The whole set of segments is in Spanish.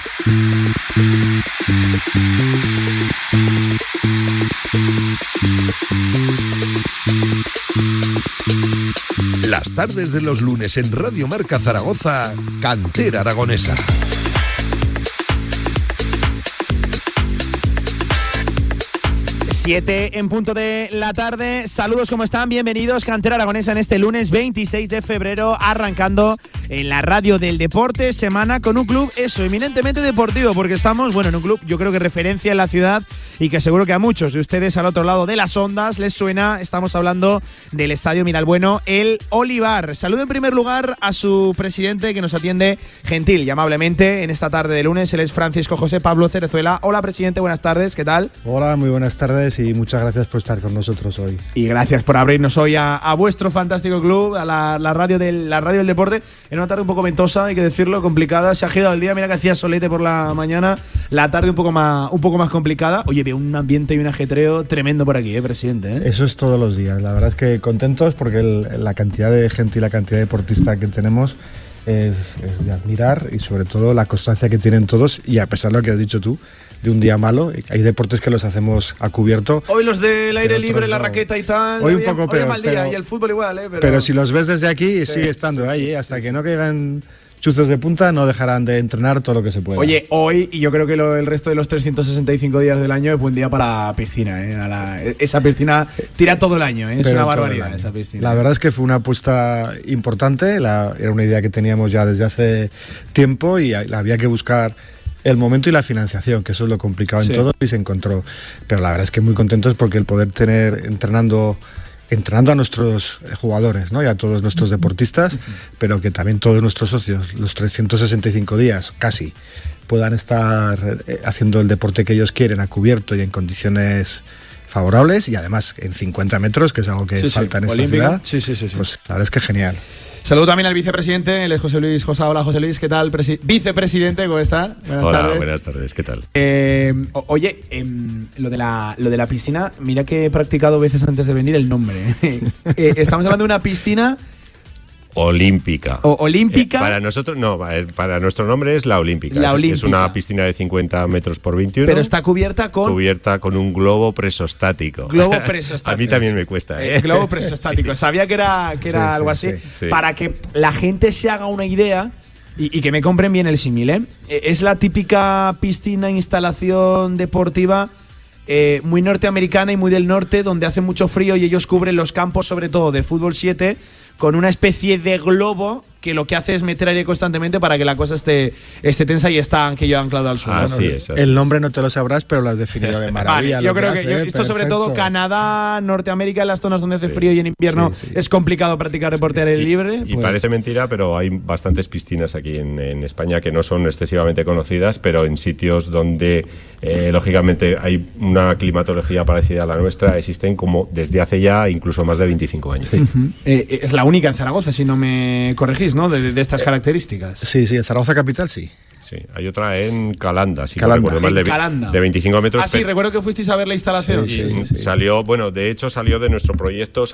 Las tardes de los lunes en Radio Marca Zaragoza, Cantera Aragonesa. 7 en punto de la tarde. Saludos, ¿cómo están? Bienvenidos, Cantera Aragonesa, en este lunes 26 de febrero, arrancando en la radio del deporte, semana con un club, eminentemente deportivo, porque estamos, en un club, yo creo que referencia en la ciudad y que seguro que a muchos de ustedes al otro lado de las ondas les suena. Estamos hablando del Estadio Miralbueno, el Olivar. Saludo en primer lugar a su presidente, que nos atiende gentil y amablemente en esta tarde de lunes. Él es Francisco José Pablo Cerezuela. Hola, presidente, buenas tardes, ¿qué tal? Hola, muy buenas tardes y muchas gracias por estar con nosotros hoy. Y gracias por abrirnos hoy a vuestro fantástico club, a la radio del deporte, en una tarde un poco ventosa, hay que decirlo, complicada. Se ha girado el día, mira que hacía solete por la mañana, la tarde un poco más complicada. Oye, veo un ambiente y un ajetreo tremendo por aquí, presidente. Eso es todos los días. La verdad es que contentos porque la cantidad de gente y la cantidad de deportistas que tenemos es de admirar, y sobre todo la constancia que tienen todos, y a pesar de lo que has dicho tú, de un día malo, hay deportes que los hacemos a cubierto. Hoy los del aire libre, la raqueta y tal. Hoy un poco peor. Hoy mal día, y el fútbol igual, pero si los ves desde aquí, sigue estando ahí, hasta que no caigan chuzos de punta, no dejarán de entrenar todo lo que se pueda. Oye, hoy, y yo creo que el resto de los 365 días del año es buen día para piscina, esa piscina tira todo el año, es una barbaridad esa piscina. La verdad es que fue una apuesta importante, era una idea que teníamos ya desde hace tiempo y había que buscar el momento y la financiación, que eso es lo complicado en todo, y se encontró. Pero la verdad es que muy contentos porque el poder tener entrenando a nuestros jugadores, ¿no? Y a todos nuestros deportistas, pero que también todos nuestros socios, los 365 días casi, puedan estar haciendo el deporte que ellos quieren a cubierto y en condiciones favorables, y además en 50 metros, que es algo que falta en esta ciudad. Sí. Pues la verdad es que genial. Saludo también al vicepresidente, él es José Luis Josa. Hola, José Luis, ¿qué tal? Vicepresidente, ¿cómo está? Buenas tardes, ¿qué tal? Oye, lo de la piscina, mira que he practicado veces antes de venir el nombre. Estamos hablando de una piscina olímpica. ¿Olímpica? Para nosotros, no, para nuestro nombre es la Olímpica. Es una piscina de 50 metros por 21. Pero está cubierta con un globo presostático. Globo presostático. A mí también me cuesta, globo presostático. Sabía que era algo así. Sí. Para que la gente se haga una idea y que me compren bien el símil, es la típica piscina, instalación deportiva muy norteamericana y muy del norte, donde hace mucho frío y ellos cubren los campos, sobre todo de fútbol 7, con una especie de globo que lo que hace es meter aire constantemente para que la cosa esté tensa y está aquello anclado al suelo. Así es. El nombre no te lo sabrás, pero lo has definido de maravilla. Vale, yo creo que esto perfecto. Sobre todo Canadá, Norteamérica, en las zonas donde hace frío y en invierno es complicado practicar deporte al aire libre. Y parece mentira, pero hay bastantes piscinas aquí en España que no son excesivamente conocidas, pero en sitios donde lógicamente hay una climatología parecida a la nuestra, existen como desde hace ya incluso más de 25 años. Es la única en Zaragoza, si no me corregís, ¿no? De estas características. Sí, en Zaragoza capital sí. Sí, hay otra en Calanda, si Calanda. no recuerdo mal, de 25 metros. Sí, recuerdo que fuisteis a ver la instalación. Sí. Salió, de hecho salió de nuestro proyecto,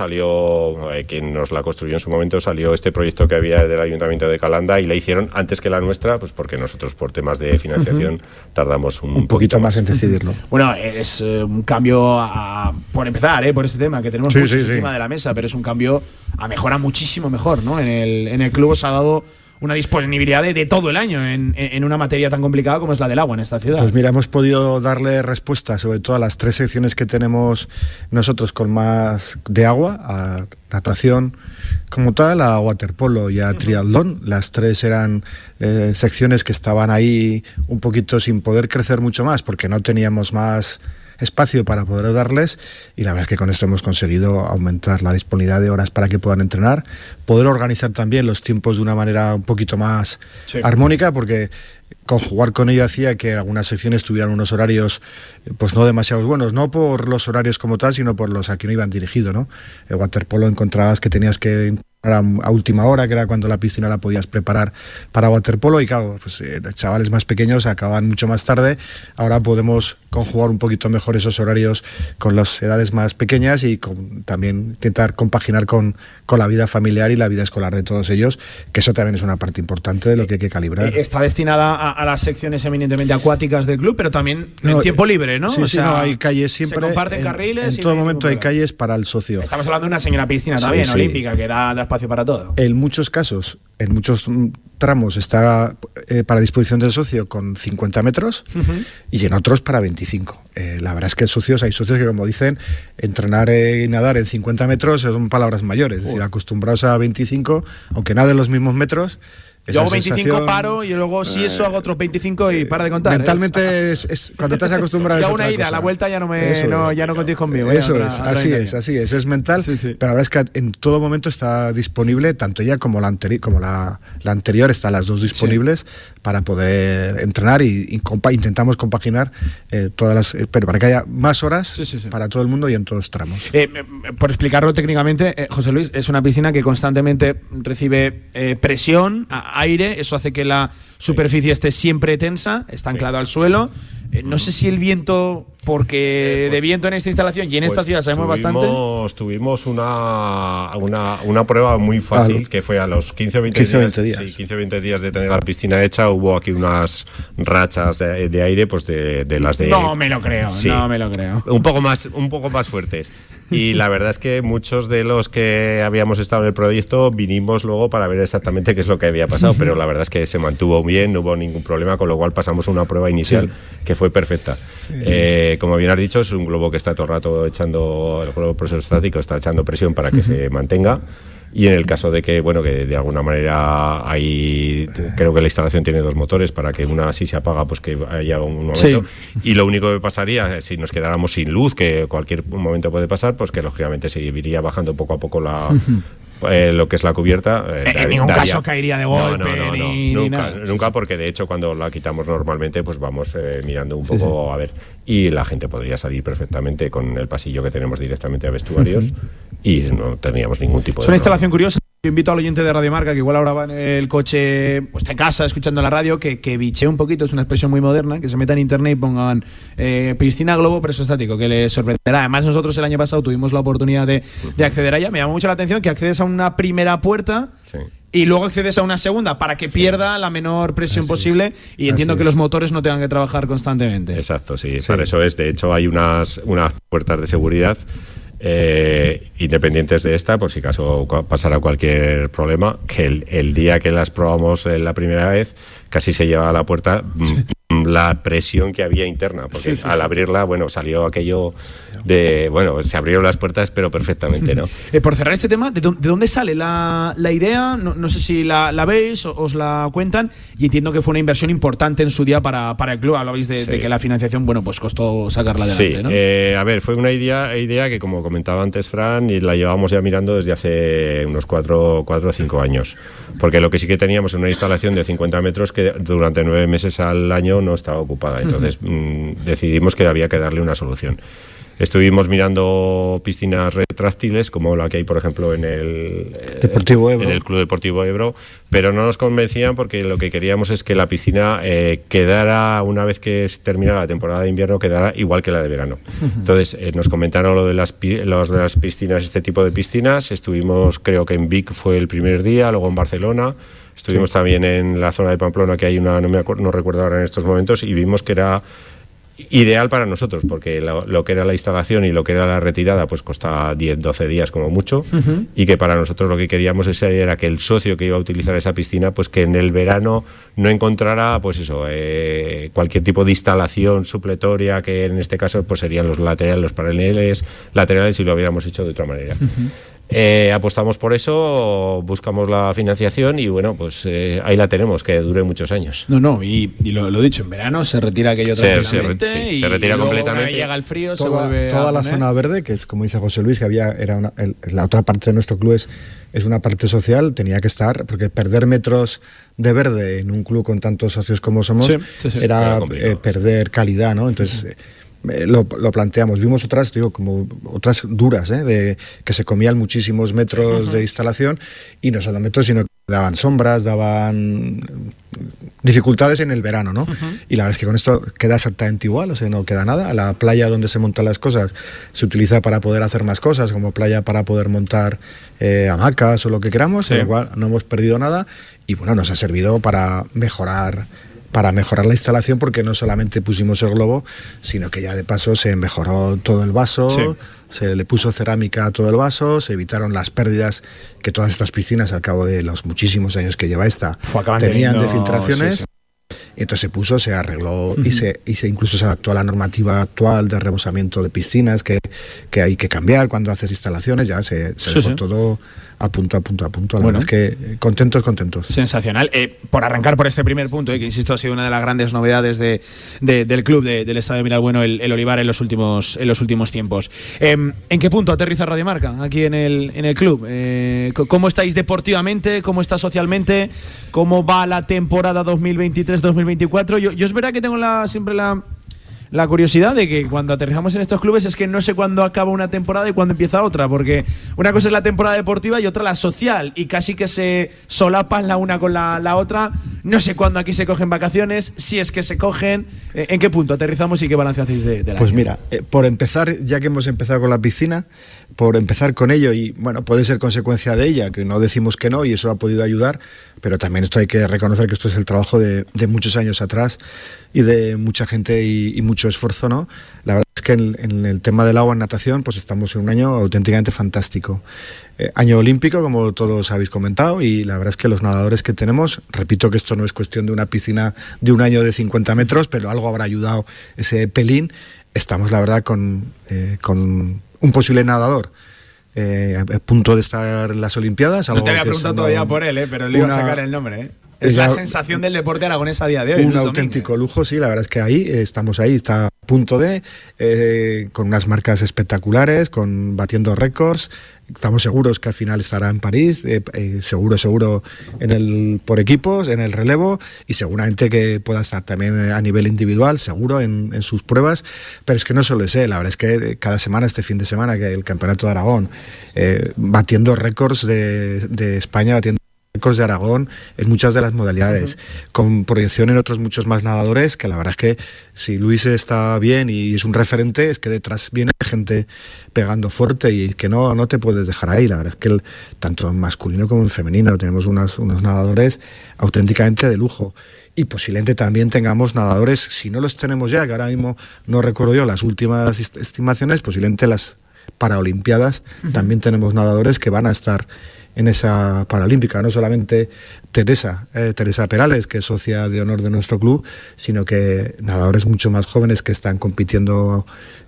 quien nos la construyó en su momento, salió este proyecto que había del Ayuntamiento de Calanda y la hicieron antes que la nuestra, pues porque nosotros por temas de financiación tardamos un poquito más en decidirlo. Bueno, es un cambio por empezar, por este tema, que tenemos mucho encima de la mesa, pero es un cambio a mejora muchísimo mejor, ¿no? En el club os ha dado una disponibilidad de todo el año en una materia tan complicada como es la del agua en esta ciudad. Pues mira, hemos podido darle respuesta sobre todo a las 3 secciones que tenemos nosotros con más de agua, a natación como tal, a waterpolo y a triatlón. Las 3 eran secciones que estaban ahí un poquito sin poder crecer mucho más porque no teníamos más espacio para poder darles, y la verdad es que con esto hemos conseguido aumentar la disponibilidad de horas para que puedan entrenar, poder organizar también los tiempos de una manera un poquito más armónica, porque conjugar con ello hacía que algunas secciones tuvieran unos horarios pues no demasiado buenos, no por los horarios como tal, sino por los a que no iban dirigidos, ¿no? El waterpolo encontrabas que tenías que a última hora, que era cuando la piscina la podías preparar para waterpolo, y claro, pues chavales más pequeños acaban mucho más tarde. Ahora podemos conjugar un poquito mejor esos horarios con las edades más pequeñas y también intentar compaginar con la vida familiar y la vida escolar de todos ellos, que eso también es una parte importante de lo que hay que calibrar. Está destinada a las secciones eminentemente acuáticas del club, pero también en tiempo libre, ¿no? Sí, hay calles siempre. Se comparten carriles. En todo momento hay calles para el socio. Estamos hablando de una señora piscina también, olímpica, que da espacio para todo. En muchos casos, en muchos tramos está para disposición del socio con 50 metros y en otros para 25. La verdad es que hay socios que, como dicen, entrenar y nadar en 50 metros son palabras mayores. Es decir, acostumbrados a 25, aunque naden los mismos metros. Yo hago 25, paro y luego si eso hago otros 25 y para de contar. Mentalmente es cuando te has acostumbrado a una ida, a la vuelta ya no contéis conmigo. Eso es, así es mental, pero la verdad es que en todo momento está disponible, tanto ella como la anterior, están las dos disponibles para poder entrenar y intentamos compaginar pero para que haya más horas para todo el mundo y en todos tramos. Por explicarlo técnicamente, José Luis, es una piscina que constantemente recibe presión, aire, eso hace que la superficie esté siempre tensa, está anclado al suelo. No sé si el viento, porque de viento en esta instalación y en esta ciudad sabemos bastante. Tuvimos una prueba muy fácil, que fue a los 15 o 20 días. Sí, 15 o 20 días de tener la piscina hecha, hubo aquí unas rachas de aire, pues de las de. No me lo creo, sí, no me lo creo. Un poco más fuertes. Y la verdad es que muchos de los que habíamos estado en el proyecto vinimos luego para ver exactamente qué es lo que había pasado, pero la verdad es que se mantuvo bien, no hubo ningún problema, con lo cual pasamos una prueba inicial que fue perfecta. Como bien has dicho, es un globo que está todo el rato echando, el globo presostático está echando presión para que se mantenga. Y en el caso de que, bueno, que de alguna manera creo que la instalación tiene dos motores para que una si se apaga, pues que haya un momento. Y lo único que pasaría, si nos quedáramos sin luz, que cualquier momento puede pasar, pues que lógicamente se iría bajando poco a poco lo que es la cubierta. En ningún caso caería de golpe. Nunca, porque de hecho cuando la quitamos normalmente, pues vamos mirando un poco a ver. Y la gente podría salir perfectamente con el pasillo que tenemos directamente a vestuarios y no teníamos ningún tipo de. Es una instalación curiosa. Yo invito al oyente de Radio Marca, que igual ahora va en el coche, pues está en casa escuchando la radio, que bichee un poquito, es una expresión muy moderna, que se meta en internet y pongan piscina globo presostático, que les sorprenderá. Además, nosotros el año pasado tuvimos la oportunidad de acceder a ella. Me llama mucho la atención que accedes a una primera puerta. Y luego accedes a una segunda para que pierda la menor presión posible y entiendo que los motores no tengan que trabajar constantemente. Exacto, sí. Para eso es. De hecho, hay unas puertas de seguridad independientes de esta, por si acaso pasara cualquier problema, que el día que las probamos la primera vez casi se lleva a la puerta la presión que había interna, porque al abrirla, bueno, salió aquello de, bueno, se abrieron las puertas, pero perfectamente, ¿no? Por cerrar este tema, ¿de dónde sale la idea? No sé si la veis o os la cuentan, y entiendo que fue una inversión importante en su día para el club. Hablabais de que la financiación, bueno, pues costó sacarla adelante, ¿no? A ver, fue una idea que, como comentaba antes Fran, y la llevábamos ya mirando desde hace unos 4 o 5 años, porque lo que sí que teníamos en una instalación de 50 metros que durante 9 meses al año no estaba ocupada, entonces decidimos que había que darle una solución. Estuvimos mirando piscinas retráctiles como la que hay, por ejemplo, en el Club Deportivo Ebro, pero no nos convencían porque lo que queríamos es que la piscina quedara, una vez que terminara la temporada de invierno, quedara igual que la de verano. Entonces nos comentaron lo de las piscinas, este tipo de piscinas. Estuvimos, creo que en Vic fue el primer día, luego en Barcelona. Estuvimos también en la zona de Pamplona, que hay una, no recuerdo ahora en estos momentos, y vimos que era ideal para nosotros, porque lo que era la instalación y lo que era la retirada pues costaba 10-12 días como mucho, y que para nosotros lo que queríamos era que el socio que iba a utilizar esa piscina, pues que en el verano no encontrara pues eso, cualquier tipo de instalación supletoria, que en este caso pues serían los laterales, los paneles laterales, si lo hubiéramos hecho de otra manera. Apostamos por eso, buscamos la financiación y bueno, pues ahí la tenemos, que dure muchos años. Y lo dicho, en verano se retira aquello tranquilamente se retira completamente. Llega el frío, toda la zona verde, que es como dice José Luis, que era la otra parte de nuestro club es una parte social, tenía que estar, porque perder metros de verde en un club con tantos socios como somos era perder calidad, ¿no? Entonces lo planteamos. Vimos otras, como otras duras, de que se comían muchísimos metros de instalación, y no solo metros, sino que daban sombras, daban dificultades en el verano, ¿no? Y la verdad es que con esto queda exactamente igual, o sea, no queda nada. La playa donde se montan las cosas se utiliza para poder hacer más cosas, como playa para poder montar hamacas o lo que queramos, con lo cual no hemos perdido nada, y bueno, nos ha servido para mejorar para mejorar la instalación, porque no solamente pusimos el globo, sino que ya de paso se mejoró todo el vaso, sí. Se le puso cerámica a todo el vaso, se evitaron las pérdidas que todas estas piscinas, al cabo de los muchísimos años que lleva esta, tenían de filtraciones. Sí, sí. Entonces se puso, se arregló y se incluso se adaptó a la normativa actual de rebosamiento de piscinas que hay que cambiar cuando haces instalaciones, ya se dejó todo a punto. La verdad es que contentos. Sensacional. Por arrancar por este primer punto, que insisto ha sido una de las grandes novedades del club del Estadio Miralbueno, el Olivar en los últimos tiempos. ¿En qué punto aterriza Radio Marca aquí en el club? ¿Cómo estáis deportivamente? ¿Cómo está socialmente? ¿Cómo va la temporada 2023-2024? Yo es verdad que tengo siempre la curiosidad de que cuando aterrizamos en estos clubes es que no sé cuándo acaba una temporada y cuándo empieza otra, porque una cosa es la temporada deportiva y otra la social, y casi que se solapan la una con la otra. No sé cuándo aquí se cogen vacaciones, si es que se cogen. ¿En qué punto aterrizamos y qué balance hacéis del año? Pues mira, por empezar, ya que hemos empezado con la piscina, por empezar con ello, y bueno, puede ser consecuencia de ella, que no decimos que no, y eso ha podido ayudar, pero también esto hay que reconocer que esto es el trabajo de muchos años atrás y de mucha gente y mucho esfuerzo, ¿no? La verdad es que en el tema del agua en natación, pues estamos en un año auténticamente fantástico. Año olímpico, como todos habéis comentado, y la verdad es que los nadadores que tenemos, repito que esto no es cuestión de una piscina de un año de 50 metros, pero algo habrá ayudado ese pelín. Estamos, la verdad, con un posible nadador a punto de estar en las Olimpiadas. No te había preguntado todavía por él, pero le iba a sacar el nombre, Es la sensación del deporte aragonés a día de hoy. Un auténtico lujo, sí, la verdad es que estamos ahí, está a punto con unas marcas espectaculares, batiendo récords. Estamos seguros que al final estará en París, seguro por equipos, en el relevo, y seguramente que pueda estar también a nivel individual, seguro en sus pruebas. Pero es que no solo es él, la verdad es que cada semana, este fin de semana, que el Campeonato de Aragón, batiendo récords de España, batiendo récords de Aragón en muchas de las modalidades, con proyección en otros muchos más nadadores, que la verdad es que si Luis está bien y es un referente, es que detrás viene gente pegando fuerte y que no te puedes dejar ahí. La verdad es que tanto en masculino como en femenino tenemos unos nadadores auténticamente de lujo. Y posiblemente también tengamos nadadores, si no los tenemos ya, que ahora mismo no recuerdo yo las últimas estimaciones, posiblemente las Paraolimpiadas, también tenemos nadadores que van a estar en esa Paralímpica, no solamente Teresa Perales, que es socia de honor de nuestro club, sino que nadadores mucho más jóvenes que están compitiendo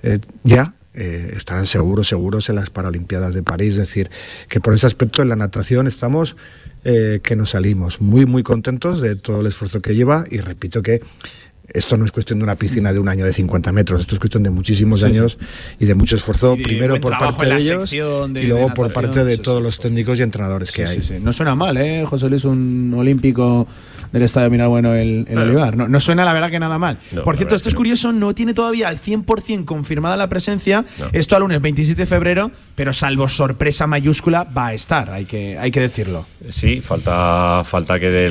estarán seguros en las Paralimpiadas de París. Es decir, que por ese aspecto en la natación estamos que nos salimos muy, muy contentos de todo el esfuerzo que lleva, y repito que esto no es cuestión de una piscina de un año de 50 metros, esto es cuestión de muchísimos años y de mucho esfuerzo, primero por parte de ellos y luego por parte de todos los técnicos y entrenadores que hay. No suena mal, José Luis, un olímpico del Estadio Miralbueno, el Olivar. No suena, la verdad, que nada mal. Por cierto, esto es curioso, no tiene todavía al 100% confirmada la presencia, esto al lunes 27 de febrero, pero salvo sorpresa mayúscula va a estar, hay que decirlo. Sí, falta que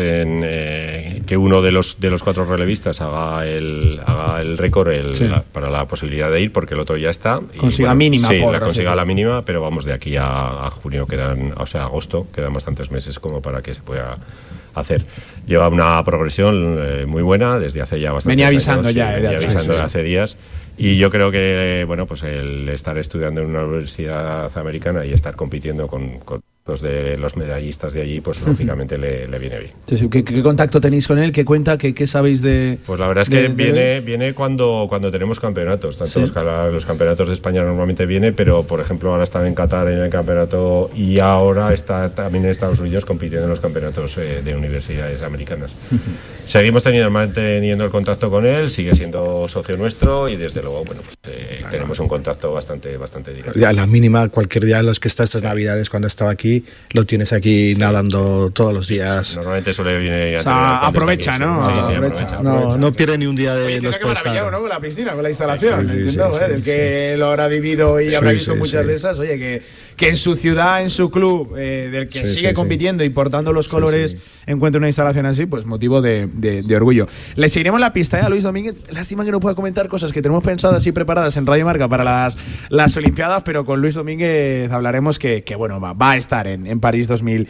que uno de los 4 relevistas haga el récord para la posibilidad de ir, porque el otro ya está. Consiga mínima. Sí, consiga la mínima, pero vamos, de aquí a junio agosto, quedan bastantes meses como para que se pueda hacer. Lleva una progresión muy buena desde hace ya bastante tiempo. Venía avisando hace días. Y yo creo que, pues el estar estudiando en una universidad americana y estar compitiendo con los de los medallistas de allí, pues lógicamente le viene bien. Sí. ¿Qué contacto tenéis con él? ¿Qué cuenta? ¿Qué sabéis de...? Pues la verdad es que viene cuando tenemos campeonatos. Tanto los campeonatos de España normalmente viene, pero por ejemplo ahora está en Qatar en el campeonato y ahora está también en Estados Unidos compitiendo en los campeonatos de universidades americanas. Seguimos manteniendo el contacto con él, sigue siendo socio nuestro y desde luego tenemos un contacto bastante directo. Ya, la mínima, cualquier día de los que está estas Navidades, cuando estaba aquí, lo tienes aquí nadando todos los días. Normalmente suele venir aprovecha, ¿no? Sí, aprovecha. No pierde ni un día de los maravillado, ¿no? Con la piscina, con la instalación. El que lo habrá vivido y habrá visto muchas de esas, oye, que en su ciudad, en su club, del que sigue compitiendo y portando los colores, encuentre una instalación así, pues motivo de orgullo. Le seguiremos la pista a Luis Domínguez. Lástima que no pueda comentar cosas que tenemos pensadas y preparadas en Radio Marca para las Olimpiadas, pero con Luis Domínguez hablaremos que bueno, va a estar en París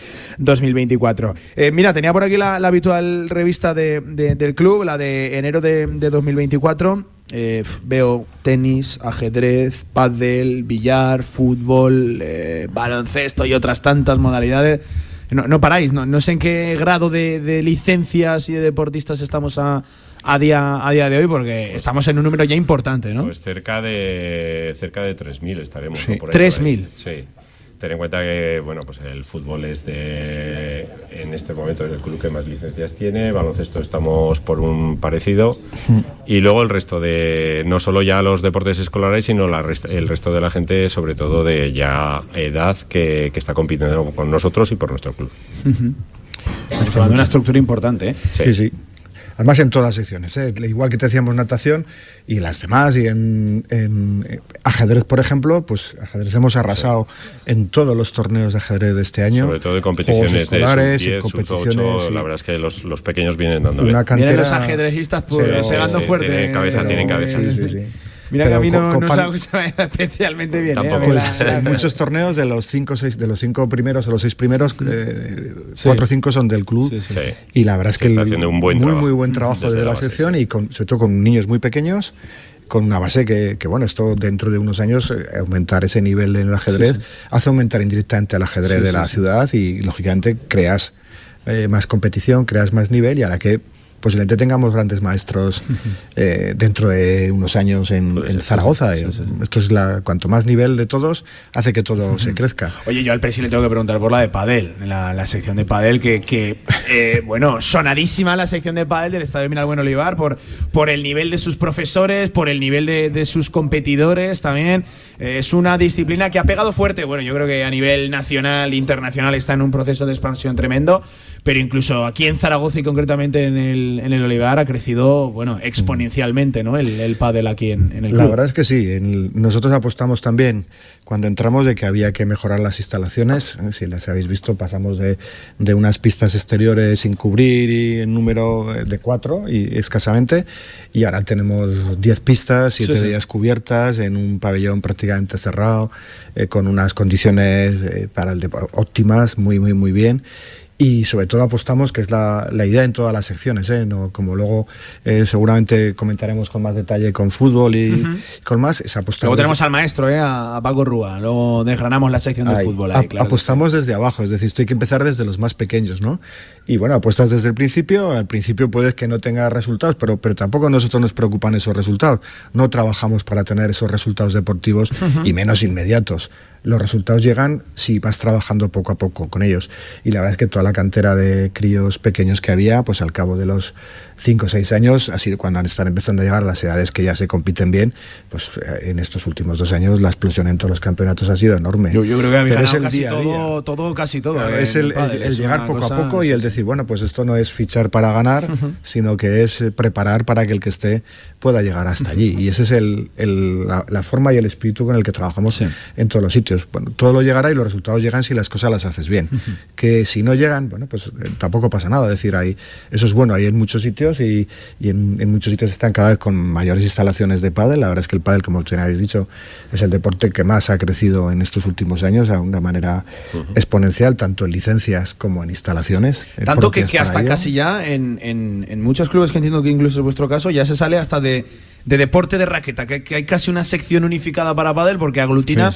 2024. Mira, tenía por aquí la habitual revista del club, la de enero de 2024. Veo tenis, ajedrez, pádel, billar, fútbol, baloncesto y otras tantas modalidades. No paráis, no sé en qué grado de licencias y de deportistas estamos a día de hoy, porque estamos en un número ya importante, ¿no? Pues cerca de 3.000 estaremos. Sí. ¿No? Por ahí, 3.000. Sí. Ten en cuenta que bueno, pues el fútbol es en este momento es el club que más licencias tiene, baloncesto estamos por un parecido, y luego el resto de, no solo ya los deportes escolares, sino el resto de la gente, sobre todo de ya edad, que está compitiendo con nosotros y por nuestro club. Es una estructura importante, ¿eh? Sí. Además en todas las secciones, igual que te decíamos natación y las demás, y en ajedrez, por ejemplo, pues ajedrez hemos arrasado en todos los torneos de ajedrez de este año. Sobre todo de competiciones escolares, de sub-10, sub-8, la verdad es que los pequeños vienen dándole. Una cantera, vienen los ajedrecistas pegando fuerte. Tienen cabeza. Sí. Mira, pero que a mí no es algo que se me vaya especialmente bien. Pues, en muchos torneos de los 5 primeros o los 6 primeros, 4 o 5 son del club. Sí. Y la verdad es que está haciendo un buen trabajo, muy buen trabajo desde la sección, y sobre todo con niños muy pequeños, con una base que bueno, esto dentro de unos años, aumentar ese nivel en el ajedrez hace aumentar indirectamente el ajedrez de la ciudad, y lógicamente creas más competición, creas más nivel, y ahora que posiblemente tengamos grandes maestros dentro de unos años en Zaragoza. Esto es cuanto más nivel de todos, hace que todo se crezca. Oye, yo al presi le tengo que preguntar por la de pádel, la sección de pádel, que bueno, sonadísima la sección de pádel del Estadio Miral Bueno Olivar, por el nivel de sus profesores, por el nivel de sus competidores también. Es una disciplina que ha pegado fuerte. Bueno, yo creo que a nivel nacional, internacional, está en un proceso de expansión tremendo, pero incluso aquí en Zaragoza y concretamente en el Olivar ha crecido, bueno, exponencialmente, ¿no? El pádel aquí en el club. La verdad es que sí. Nosotros apostamos también, cuando entramos, de que había que mejorar las instalaciones. Si las habéis visto, pasamos de unas pistas exteriores sin cubrir y en número de 4 y escasamente, y ahora tenemos 10 pistas, 7 de ellas cubiertas, en un pabellón prácticamente cerrado, con unas condiciones para el óptimas, muy bien. Y sobre todo apostamos, que es la idea en todas las secciones, ¿no? Como luego seguramente comentaremos con más detalle con fútbol y con más, es apostar. Luego tenemos al maestro, a Paco Rúa, luego desgranamos la sección de fútbol. Claro, apostamos desde abajo, es decir, esto hay que empezar desde los más pequeños, ¿no? Y bueno, apuestas desde el principio. Al principio puedes que no tenga resultados, pero tampoco a nosotros nos preocupan esos resultados. No trabajamos para tener esos resultados deportivos y menos inmediatos. Los resultados llegan si vas trabajando poco a poco con ellos. Y la verdad es que toda la cantera de críos pequeños que había, pues al cabo de los 5 o 6 años, así cuando están empezando a llegar a las edades que ya se compiten bien, pues en estos últimos 2 años la explosión en todos los campeonatos ha sido enorme. Yo creo que habéis ganado es casi todo. Claro, es el llegar poco a poco, y el decir, bueno, pues esto no es fichar para ganar, sino que es preparar para que el que esté pueda llegar hasta allí. Y ese es la forma y el espíritu con el que trabajamos en todos los sitios. Bueno, todo lo llegará, y los resultados llegan si las cosas las haces bien. Que si no llegan, bueno, pues tampoco pasa nada. Es decir, eso es bueno, hay en muchos sitios, y en muchos sitios están cada vez con mayores instalaciones de pádel. La verdad es que el pádel, como ustedes habéis dicho, es el deporte que más ha crecido en estos últimos años a una manera exponencial, tanto en licencias como en instalaciones. Tanto que hasta casi ya en muchos clubes, que entiendo que incluso en vuestro caso, ya se sale hasta de deporte de raqueta, que hay casi una sección unificada para pádel, porque aglutina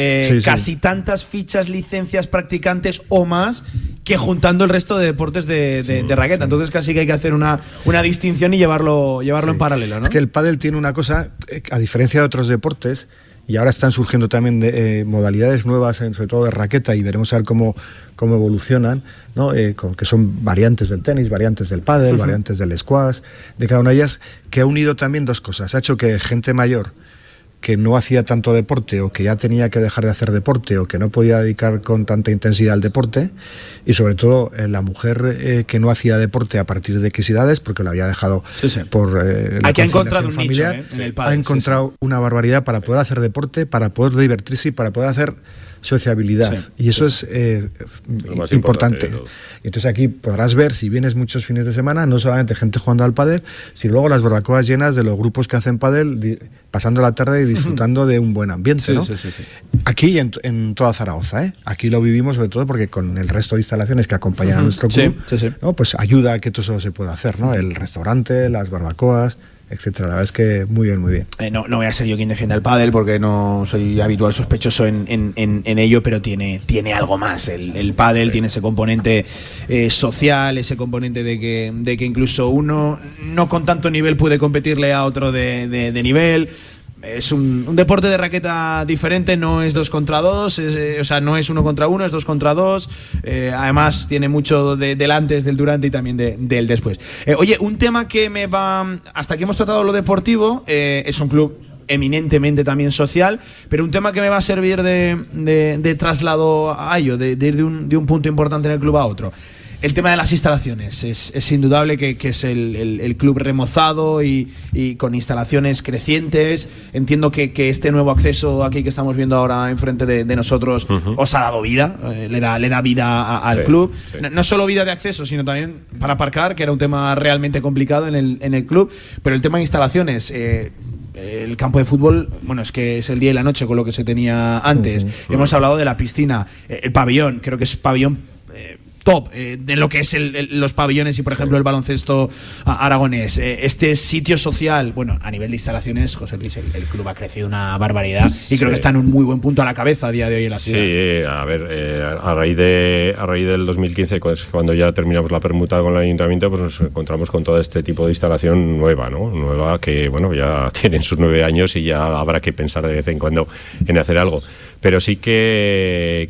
casi tantas fichas, licencias, practicantes o más, que juntando el resto de deportes de raqueta. Entonces casi que hay que hacer una distinción y llevarlo en paralelo, ¿no? Es que el pádel tiene una cosa, a diferencia de otros deportes, y ahora están surgiendo también modalidades nuevas, sobre todo de raqueta, y veremos a ver cómo evolucionan, ¿no? Que son variantes del tenis, variantes del pádel, variantes del squash, de cada una de ellas, que ha unido también 2 cosas. Ha hecho que gente mayor que no hacía tanto deporte, o que ya tenía que dejar de hacer deporte, o que no podía dedicar con tanta intensidad al deporte, y sobre todo la mujer que no hacía deporte a partir de X edades, porque lo había dejado por la conciliación familiar, en el pádel, ha encontrado una barbaridad para poder hacer deporte, para poder divertirse y para poder hacer sociabilidad. Y eso es lo más importante. Entonces aquí podrás ver, si vienes muchos fines de semana, no solamente gente jugando al pádel, sino luego las barbacoas llenas de los grupos que hacen pádel, pasando la tarde y disfrutando de un buen ambiente, ¿no? Aquí y en toda Zaragoza, ¿eh? Aquí lo vivimos sobre todo porque con el resto de instalaciones que acompañan a nuestro club, ¿no? Pues ayuda a que todo eso se pueda hacer, ¿no? El restaurante, las barbacoas, etcétera. La verdad es que muy bien, muy bien. No voy a ser yo quien defienda el pádel porque no soy habitual sospechoso en ello, pero tiene algo más. El pádel tiene ese componente social, ese componente de que incluso uno no con tanto nivel puede competirle a otro de nivel. Es un deporte de raqueta diferente, no es 2 contra 2, o sea, no es 1 contra 1, es 2 contra 2. Además, tiene mucho del antes, del durante y también del después. Oye, un tema que me va. Hasta aquí hemos tratado lo deportivo, es un club eminentemente también social, pero un tema que me va a servir de traslado a ello, de ir de un punto importante en el club a otro. El tema de las instalaciones. Es indudable que es el club remozado y con instalaciones crecientes. Entiendo que este nuevo acceso aquí que estamos viendo ahora enfrente de nosotros os ha dado vida, le da vida al club. Sí. No solo vida de acceso, sino también para aparcar, que era un tema realmente complicado en el club. Pero el tema de instalaciones, el campo de fútbol, bueno, es que es el día y la noche con lo que se tenía antes. Hemos hablado de la piscina, el pabellón, creo que es pabellón top de lo que es los pabellones y, por ejemplo, el baloncesto aragonés. Este sitio social, bueno, a nivel de instalaciones, José Luis, el club ha crecido una barbaridad y creo que está en un muy buen punto a la cabeza a día de hoy en la ciudad. Sí, a ver, a raíz del 2015, cuando ya terminamos la permuta con el ayuntamiento, pues nos encontramos con todo este tipo de instalación nueva, ¿no? Nueva que, bueno, ya tienen sus 9 años y ya habrá que pensar de vez en cuando en hacer algo. Pero sí que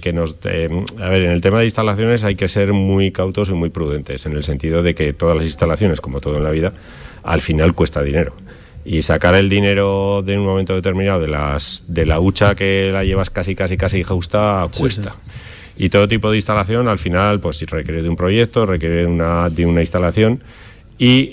a ver, en el tema de instalaciones hay que ser muy cautos y muy prudentes, en el sentido de que todas las instalaciones, como todo en la vida, al final cuesta dinero. Y sacar el dinero de un momento determinado de la hucha que la llevas casi justa, cuesta. Sí. Y todo tipo de instalación, al final, pues requiere de un proyecto, requiere de una instalación. Y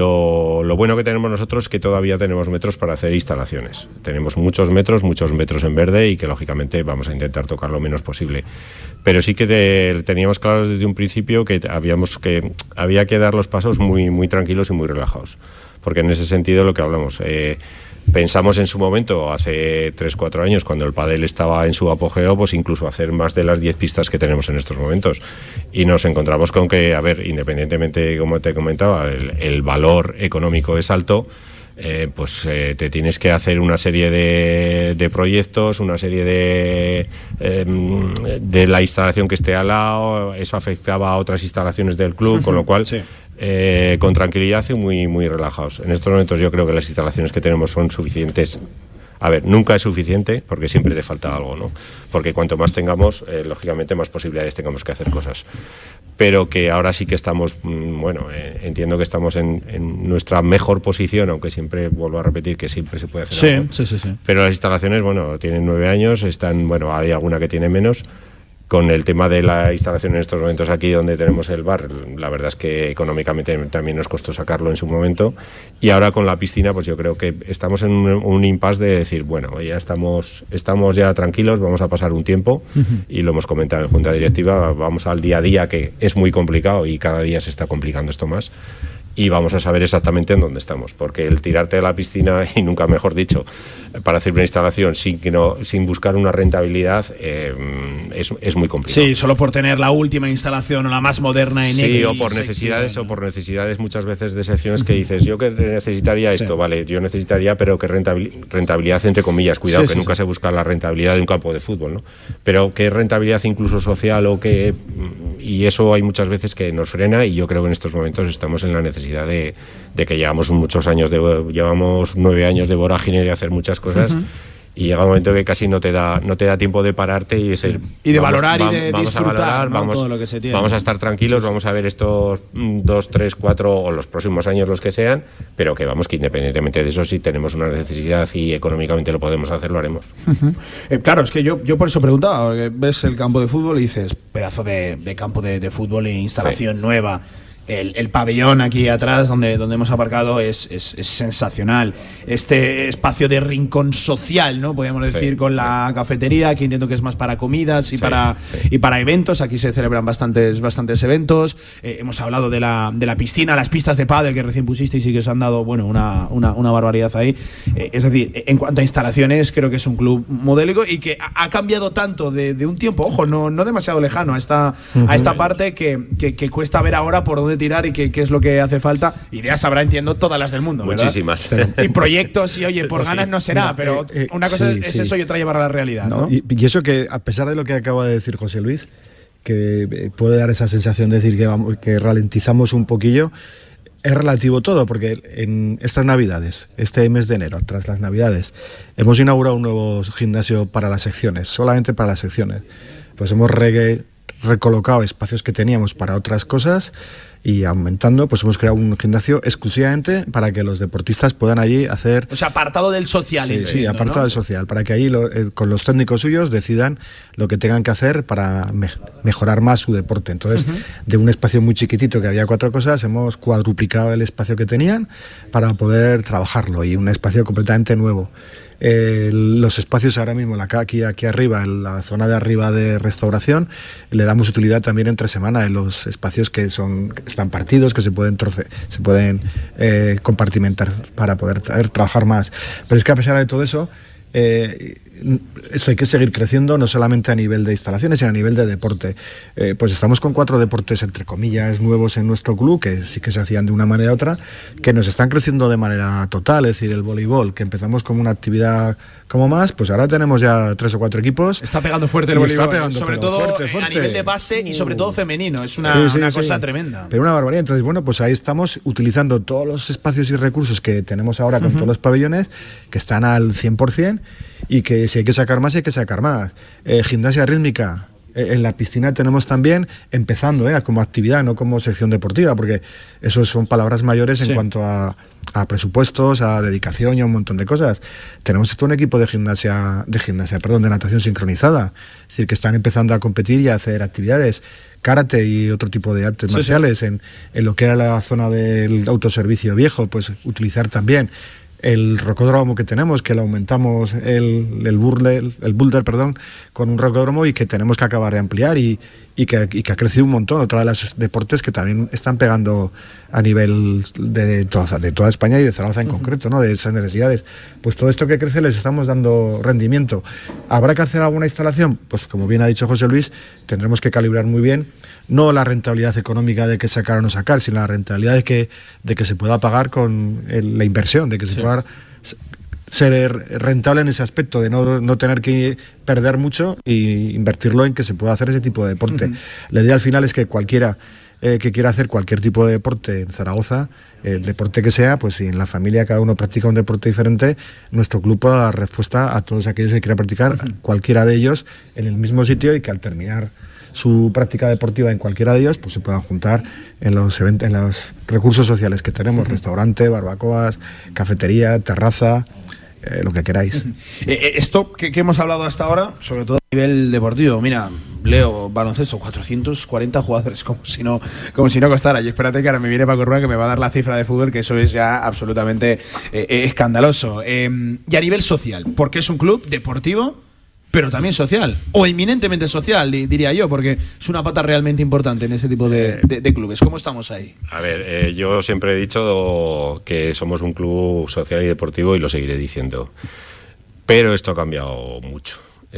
lo bueno que tenemos nosotros es que todavía tenemos metros para hacer instalaciones. Tenemos muchos metros en verde y que lógicamente vamos a intentar tocar lo menos posible. Pero sí que teníamos claro desde un principio que había que dar los pasos muy, muy tranquilos y muy relajados. Porque en ese sentido lo que hablamos, pensamos en su momento, hace 3-4 años, cuando el pádel estaba en su apogeo, pues incluso hacer más de las 10 pistas que tenemos en estos momentos. Y nos encontramos con que, a ver, independientemente, como te comentaba, el valor económico es alto, te tienes que hacer una serie de proyectos, una serie de la instalación que esté al lado. Eso afectaba a otras instalaciones del club, con lo cual... Sí. Con tranquilidad y muy, muy relajados. En estos momentos yo creo que las instalaciones que tenemos son suficientes. A ver, nunca es suficiente porque siempre te falta algo, ¿no? Porque cuanto más tengamos, lógicamente más posibilidades tengamos que hacer cosas. Pero que ahora sí que estamos, entiendo que estamos en nuestra mejor posición, aunque siempre vuelvo a repetir que siempre se puede hacer algo. Sí. Pero las instalaciones, tienen 9 años, hay alguna que tiene menos. Con el tema de la instalación en estos momentos aquí donde tenemos el bar, la verdad es que económicamente también nos costó sacarlo en su momento. Y ahora con la piscina, pues yo creo que estamos en un impasse de decir, bueno, ya estamos ya tranquilos, vamos a pasar un tiempo, y lo hemos comentado en Junta Directiva, vamos al día a día, que es muy complicado y cada día se está complicando esto más. Y vamos a saber exactamente en dónde estamos, porque el tirarte a la piscina, y nunca mejor dicho, para hacer una instalación sin buscar una rentabilidad, es muy complicado. Sí, solo por tener la última instalación o la más moderna en Sí, o por necesidades muchas veces de secciones que dices, yo que necesitaría esto, vale, yo necesitaría, pero que rentabilidad entre comillas, cuidado, que nunca se busca la rentabilidad de un campo de fútbol, ¿no? Pero que rentabilidad incluso social y eso hay muchas veces que nos frena, y yo creo que en estos momentos estamos en la necesidad de que llevamos 9 años de vorágine de hacer muchas cosas, y llega un momento que casi no te da tiempo de pararte y decir, y de valorar y de disfrutar, ¿no? Todo lo que se tiene. Vamos a estar tranquilos, vamos a ver estos 2, 3, 4 o los próximos años, los que sean, pero que independientemente de eso, si tenemos una necesidad y económicamente lo podemos hacer, lo haremos. Claro, es que yo por eso preguntaba, porque ves el campo de fútbol y dices, pedazo de campo de fútbol e instalación nueva. El pabellón aquí atrás donde hemos aparcado es sensacional. Este espacio de rincón social, ¿no? Podríamos decir, con la cafetería, aquí entiendo que es más para comidas y para eventos. Aquí se celebran bastantes eventos. Hemos hablado de la piscina, las pistas de pádel que recién pusisteis y que os han dado, bueno, una barbaridad ahí. Es decir, en cuanto a instalaciones, creo que es un club modélico y que ha cambiado tanto de un tiempo, ojo, no demasiado lejano a esta parte que cuesta ver ahora por dónde tirar y qué es lo que hace falta. Ideas habrá, entiendo, todas las del mundo, ¿verdad? Muchísimas. Y proyectos, y oye, por ganas no será, pero una cosa es eso y otra llevar a la realidad, ¿no? Y eso que, a pesar de lo que acaba de decir José Luis, que puede dar esa sensación de decir que ralentizamos un poquillo, es relativo todo, porque en estas Navidades, este mes de enero, tras las Navidades, hemos inaugurado un nuevo gimnasio para las secciones, solamente para las secciones. Pues hemos recolocado espacios que teníamos para otras cosas y aumentando, pues hemos creado un gimnasio exclusivamente para que los deportistas puedan allí hacer... O sea, apartado del social. Sí, apartado, ¿no?, del social, para que allí con los técnicos suyos decidan lo que tengan que hacer para mejorar más su deporte. Entonces, de un espacio muy chiquitito que había 4 cosas, hemos cuadruplicado el espacio que tenían para poder trabajarlo, y un espacio completamente nuevo. Los espacios ahora mismo, aquí arriba, en la zona de arriba de restauración, le damos utilidad también entre semana en los espacios que están partidos, que se pueden compartimentar para poder trabajar más. Pero es que a pesar de todo eso, esto hay que seguir creciendo, no solamente a nivel de instalaciones, sino a nivel de deporte. Pues estamos con 4 deportes, entre comillas, nuevos en nuestro club, que sí que se hacían de una manera u otra, que nos están creciendo de manera total. Es decir, el voleibol, que empezamos como una actividad como más, pues ahora tenemos ya 3 o 4 equipos. Está pegando fuerte el voleibol, sobre todo fuerte. A nivel de base y sobre todo femenino. Es una cosa tremenda. Pero una barbaridad. Entonces, bueno, pues ahí estamos utilizando todos los espacios y recursos que tenemos ahora con todos los pabellones, que están al 100%, y que si hay que sacar más, hay que sacar más. Gimnasia rítmica. En la piscina tenemos también, empezando como actividad, no como sección deportiva, porque eso son palabras mayores en cuanto a presupuestos, a dedicación y a un montón de cosas. Tenemos todo un equipo de natación sincronizada, es decir, que están empezando a competir y a hacer actividades, karate y otro tipo de artes marciales. En lo que era la zona del autoservicio viejo, pues utilizar también el rocódromo que tenemos, que lo aumentamos el boulder, con un rocódromo, y que tenemos que acabar de ampliar y que ha crecido un montón. Otra de los deportes que también están pegando a nivel de toda España y de Zaragoza en concreto, ¿no?, de esas necesidades. Pues todo esto que crece les estamos dando rendimiento. ¿Habrá que hacer alguna instalación? Pues como bien ha dicho José Luis, tendremos que calibrar muy bien, no la rentabilidad económica de que sacar o no sacar, sino la rentabilidad de que se pueda pagar con la inversión, de que se pueda ser rentable en ese aspecto, de no tener que perder mucho e invertirlo en que se pueda hacer ese tipo de deporte. La idea al final es que cualquiera que quiera hacer cualquier tipo de deporte en Zaragoza, el deporte que sea, pues si en la familia cada uno practica un deporte diferente, nuestro club pueda dar respuesta a todos aquellos que quieran practicar cualquiera de ellos en el mismo sitio, y que al terminar su práctica deportiva en cualquiera de ellos, pues se puedan juntar en los recursos sociales que tenemos: restaurante, barbacoas, cafetería, terraza, lo que queráis. Esto que hemos hablado hasta ahora, sobre todo a nivel deportivo, mira, Leo, baloncesto, 440 jugadores, como si no costara. Y espérate que ahora me viene Paco Rúa, que me va a dar la cifra de fútbol, que eso es ya absolutamente escandaloso. Y a nivel social, porque es un club deportivo, pero también social, o eminentemente social, diría yo, porque es una pata realmente importante en ese tipo de clubes. ¿Cómo estamos ahí? A ver, yo siempre he dicho que somos un club social y deportivo, y lo seguiré diciendo. Pero esto ha cambiado mucho.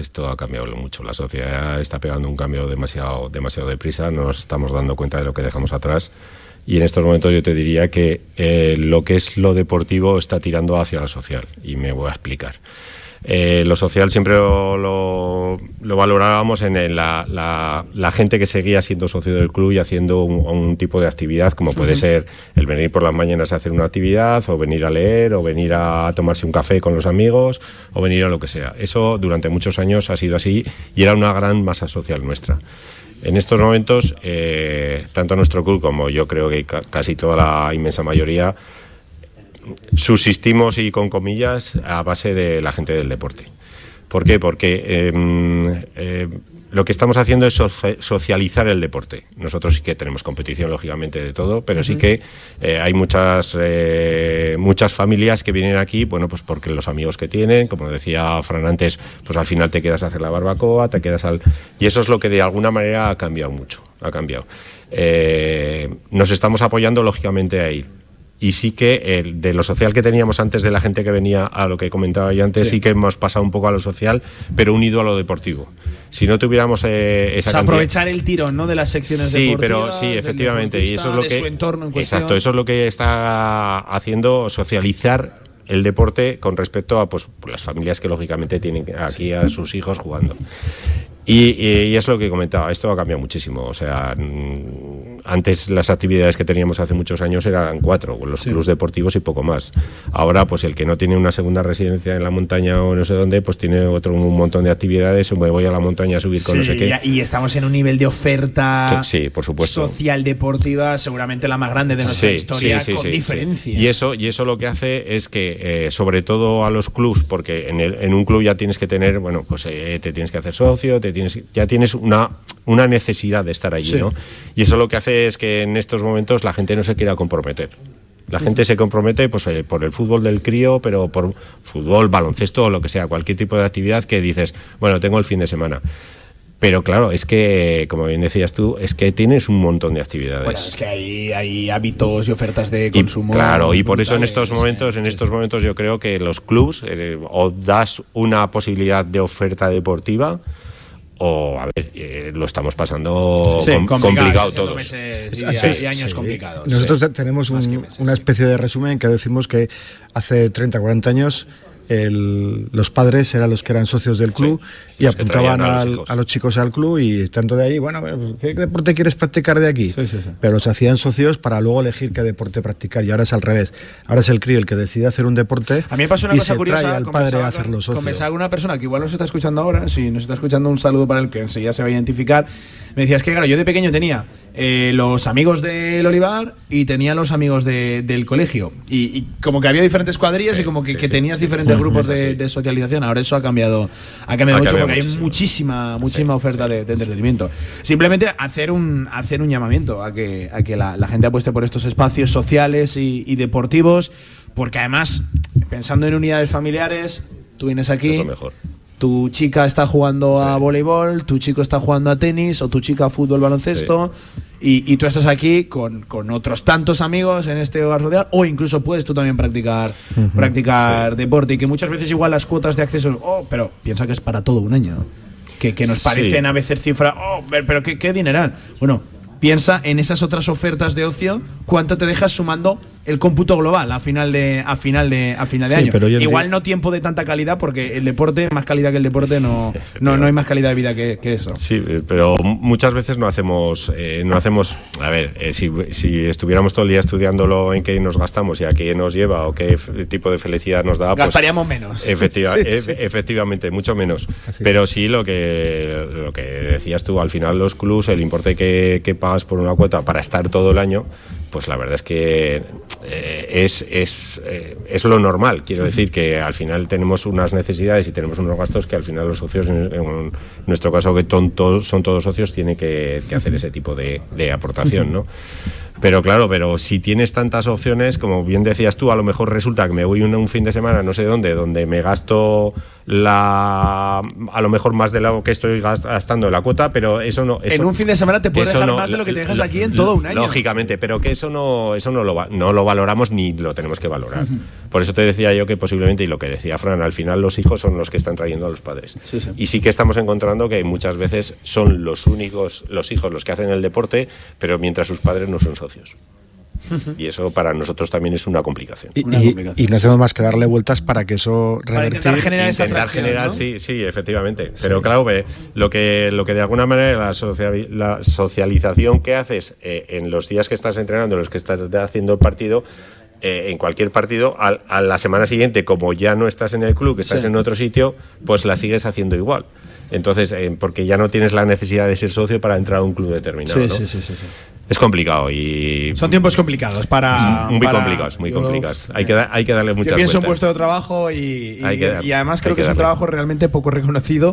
La sociedad está pegando un cambio demasiado deprisa. Nos estamos dando cuenta de lo que dejamos atrás. Y en estos momentos yo te diría que lo que es lo deportivo está tirando hacia lo social. Y me voy a explicar. Lo social siempre lo valorábamos en la gente que seguía siendo socio del club y haciendo un tipo de actividad, como puede ser el venir por las mañanas a hacer una actividad, o venir a leer, o venir a tomarse un café con los amigos, o venir a lo que sea. Eso durante muchos años ha sido así, y era una gran masa social nuestra. En estos momentos, tanto nuestro club como yo creo que casi toda la inmensa mayoría, subsistimos, y con comillas, a base de la gente del deporte. ¿Por qué? Porque lo que estamos haciendo es socializar el deporte. Nosotros sí que tenemos competición, lógicamente, de todo, pero sí que hay muchas familias que vienen aquí, bueno, pues porque los amigos que tienen, como decía Fran antes, pues al final te quedas a hacer la barbacoa, y eso es lo que de alguna manera ha cambiado mucho, ha cambiado. Nos estamos apoyando, lógicamente, ahí. Y sí que de lo social que teníamos antes, de la gente que venía, a lo que comentaba yo antes, sí que hemos pasado un poco a lo social, pero unido a lo deportivo. Si no tuviéramos esa cantidad, aprovechar el tirón, ¿no?, de las secciones deportivas. Sí, efectivamente, y eso es lo que su entorno en cuestión. Exacto, eso es lo que está haciendo, socializar el deporte con respecto a pues las familias que lógicamente tienen aquí a sus hijos jugando. Y es lo que comentaba, esto ha cambiado muchísimo. O sea, antes las actividades que teníamos hace muchos años eran 4, los clubes deportivos y poco más. Ahora, pues el que no tiene una segunda residencia en la montaña o no sé dónde, pues tiene un montón de actividades, o me voy a la montaña a subir con no sé qué. Y estamos en un nivel de oferta por supuesto, social deportiva seguramente la más grande de nuestra historia, con diferencia. Y eso lo que hace es que, sobre todo a los clubs, porque en un club ya tienes que tener, bueno, pues te tienes que hacer socio, ya tienes una necesidad de estar allí, ¿no? Y eso lo que hace es que en estos momentos la gente no se quiera comprometer. La gente se compromete pues por el fútbol del crío, pero por fútbol, baloncesto o lo que sea, cualquier tipo de actividad que dices, bueno, tengo el fin de semana. Pero claro, es que, como bien decías tú, es que tienes un montón de actividades. Bueno, es que hay hábitos y ofertas de consumo. Claro, y por eso en estos momentos yo creo que los clubs o das una posibilidad de oferta deportiva, o a ver, lo estamos pasando complicado todos. Y años complicados. Nosotros tenemos una especie de resumen que decimos que hace 30, 40 años los padres eran los que eran socios del club y apuntaban a los chicos al club, y tanto de ahí, bueno, ¿qué deporte quieres practicar de aquí? Pero los hacían socios para luego elegir qué deporte practicar, y ahora es al revés. Ahora es el crío el que decide hacer un deporte. A mí me pasó una cosa curiosa, trae al padre a hacerlo socio. Conversaba con una persona que igual nos está escuchando ahora, si nos está escuchando, un saludo para el que enseguida se va a identificar. Me decía, es que claro, yo de pequeño tenía los amigos del Olivar y tenía los amigos del colegio, y como que había diferentes cuadrillas y como que tenías diferentes grupos de socialización. Ahora eso ha cambiado mucho, porque hay muchísima oferta de entretenimiento. Simplemente hacer un llamamiento a que la gente apueste por estos espacios sociales y deportivos, porque además, pensando en unidades familiares, tú vienes aquí, es lo mejor. Tu chica está jugando a voleibol, tu chico está jugando a tenis, o tu chica a fútbol, baloncesto, y tú estás aquí con otros tantos amigos en este hogar social, o incluso puedes tú también practicar deporte, y que muchas veces igual las cuotas de acceso, pero piensa que es para todo un año, que nos parecen a veces cifras, pero qué dineral. Bueno, piensa en esas otras ofertas de ocio, cuánto te dejas sumando el cómputo global a final de año. Pero igual no tiempo de tanta calidad, porque el deporte, más calidad que el deporte, no hay más calidad de vida que eso. Sí, pero muchas veces no hacemos a ver, si estuviéramos todo el día estudiándolo en qué nos gastamos y a qué nos lleva o qué tipo de felicidad nos da, gastaríamos menos. Efectivamente, mucho menos. Así. Pero sí, lo que decías tú, al final los clubs, el importe que pagas por una cuota para estar todo el año, pues la verdad es que es lo normal. Quiero decir que al final tenemos unas necesidades y tenemos unos gastos que al final los socios, en nuestro caso que son todos socios, tienen que hacer ese tipo de aportación, ¿no? Pero claro, si tienes tantas opciones, como bien decías tú, a lo mejor resulta que me voy un fin de semana no sé dónde, donde me gasto a lo mejor más de lo que estoy gastando en la cuota, pero eso no... en un fin de semana te puedes dejar más de lo que te dejas aquí en todo un año. Lógicamente, pero que eso no lo valoramos ni lo tenemos que valorar. Por eso te decía yo que posiblemente, y lo que decía Fran, al final los hijos son los que están trayendo a los padres. Y sí que estamos encontrando que muchas veces son los únicos, los hijos, los que hacen el deporte, pero mientras sus padres no son socios. Y eso para nosotros también es una complicación. Y no hacemos más que darle vueltas para que eso revertir. Para intentar generar, ¿no? Sí, efectivamente. Pero claro, lo que de alguna manera la socialización que haces en los días que estás entrenando, en los que estás haciendo el partido, en cualquier partido, a la semana siguiente, como ya no estás en el club, que estás en otro sitio, pues la sigues haciendo igual. Entonces, porque ya no tienes la necesidad de ser socio para entrar a un club determinado, ¿no? Sí. Es complicado y... Son tiempos complicados Muy complicados. Hay que darle muchas vueltas. Yo pienso en vuestro trabajo y además creo que es un trabajo realmente poco reconocido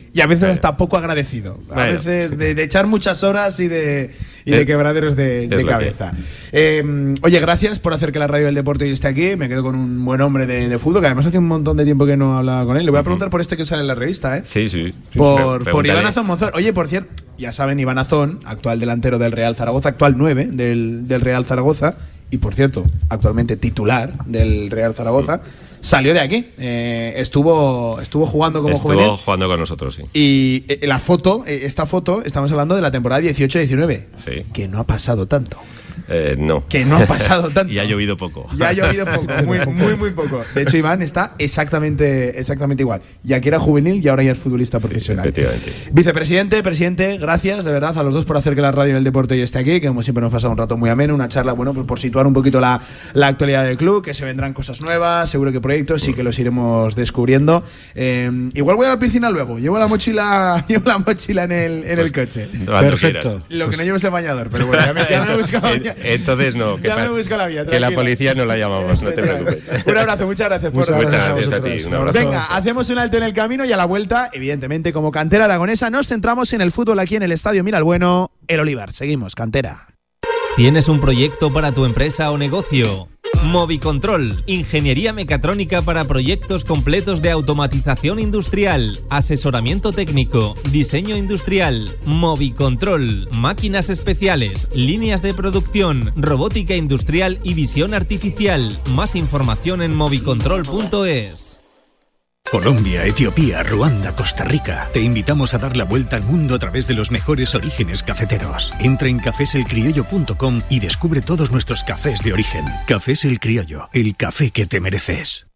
y a veces hasta poco agradecido. A veces de echar muchas horas y de quebraderos de cabeza. Oye, gracias por hacer que la radio del deporte hoy esté aquí. Me quedo con un buen hombre de fútbol, que además hace un montón de tiempo que no hablaba con él. Le voy a preguntar por este que sale en la revista, ¿eh? Sí. Por Iván Azón Monzón. Oye, por cierto, ya saben, Iván Azón, actual delantero del Real Zaragoza, actual 9 del Real Zaragoza, y por cierto, actualmente titular del Real Zaragoza, salió de aquí. Estuvo jugando como juvenil. Estuvo jugando con nosotros, sí. Y esta foto, estamos hablando de la temporada 18-19. Sí. Que no ha pasado tanto. No. Que no ha pasado tanto. Y ha llovido poco. Ya ha llovido poco, muy poco. De hecho, Iván está exactamente igual. Ya que era juvenil y ahora ya es futbolista profesional. Efectivamente. Vicepresidente, presidente, gracias de verdad a los dos por hacer que la radio del deporte hoy esté aquí, que como siempre nos pasa un rato muy ameno, una charla, bueno, pues por situar un poquito la actualidad del club, que se vendrán cosas nuevas, seguro que proyectos y que los iremos descubriendo. Igual voy a la piscina luego, llevo la mochila en el coche. Perfecto. Lo que no llevo es el bañador, pero bueno, ya me he buscado. Entonces no, ya me busco la vía, que la policía no la llamamos, no te preocupes. Un abrazo, muchas gracias. Muchas gracias a ti, un abrazo. Venga, hacemos un alto en el camino y a la vuelta, evidentemente, como cantera aragonesa, nos centramos en el fútbol aquí en el Estadio Miralbueno, el Olivar. Seguimos, cantera. ¿Tienes un proyecto para tu empresa o negocio? Movicontrol, ingeniería mecatrónica para proyectos completos de automatización industrial, asesoramiento técnico, diseño industrial. Movicontrol, máquinas especiales, líneas de producción, robótica industrial y visión artificial. Más información en movicontrol.es. Colombia, Etiopía, Ruanda, Costa Rica. Te invitamos a dar la vuelta al mundo a través de los mejores orígenes cafeteros. Entra en cafeselcriollo.com y descubre todos nuestros cafés de origen. Cafés El Criollo, el café que te mereces.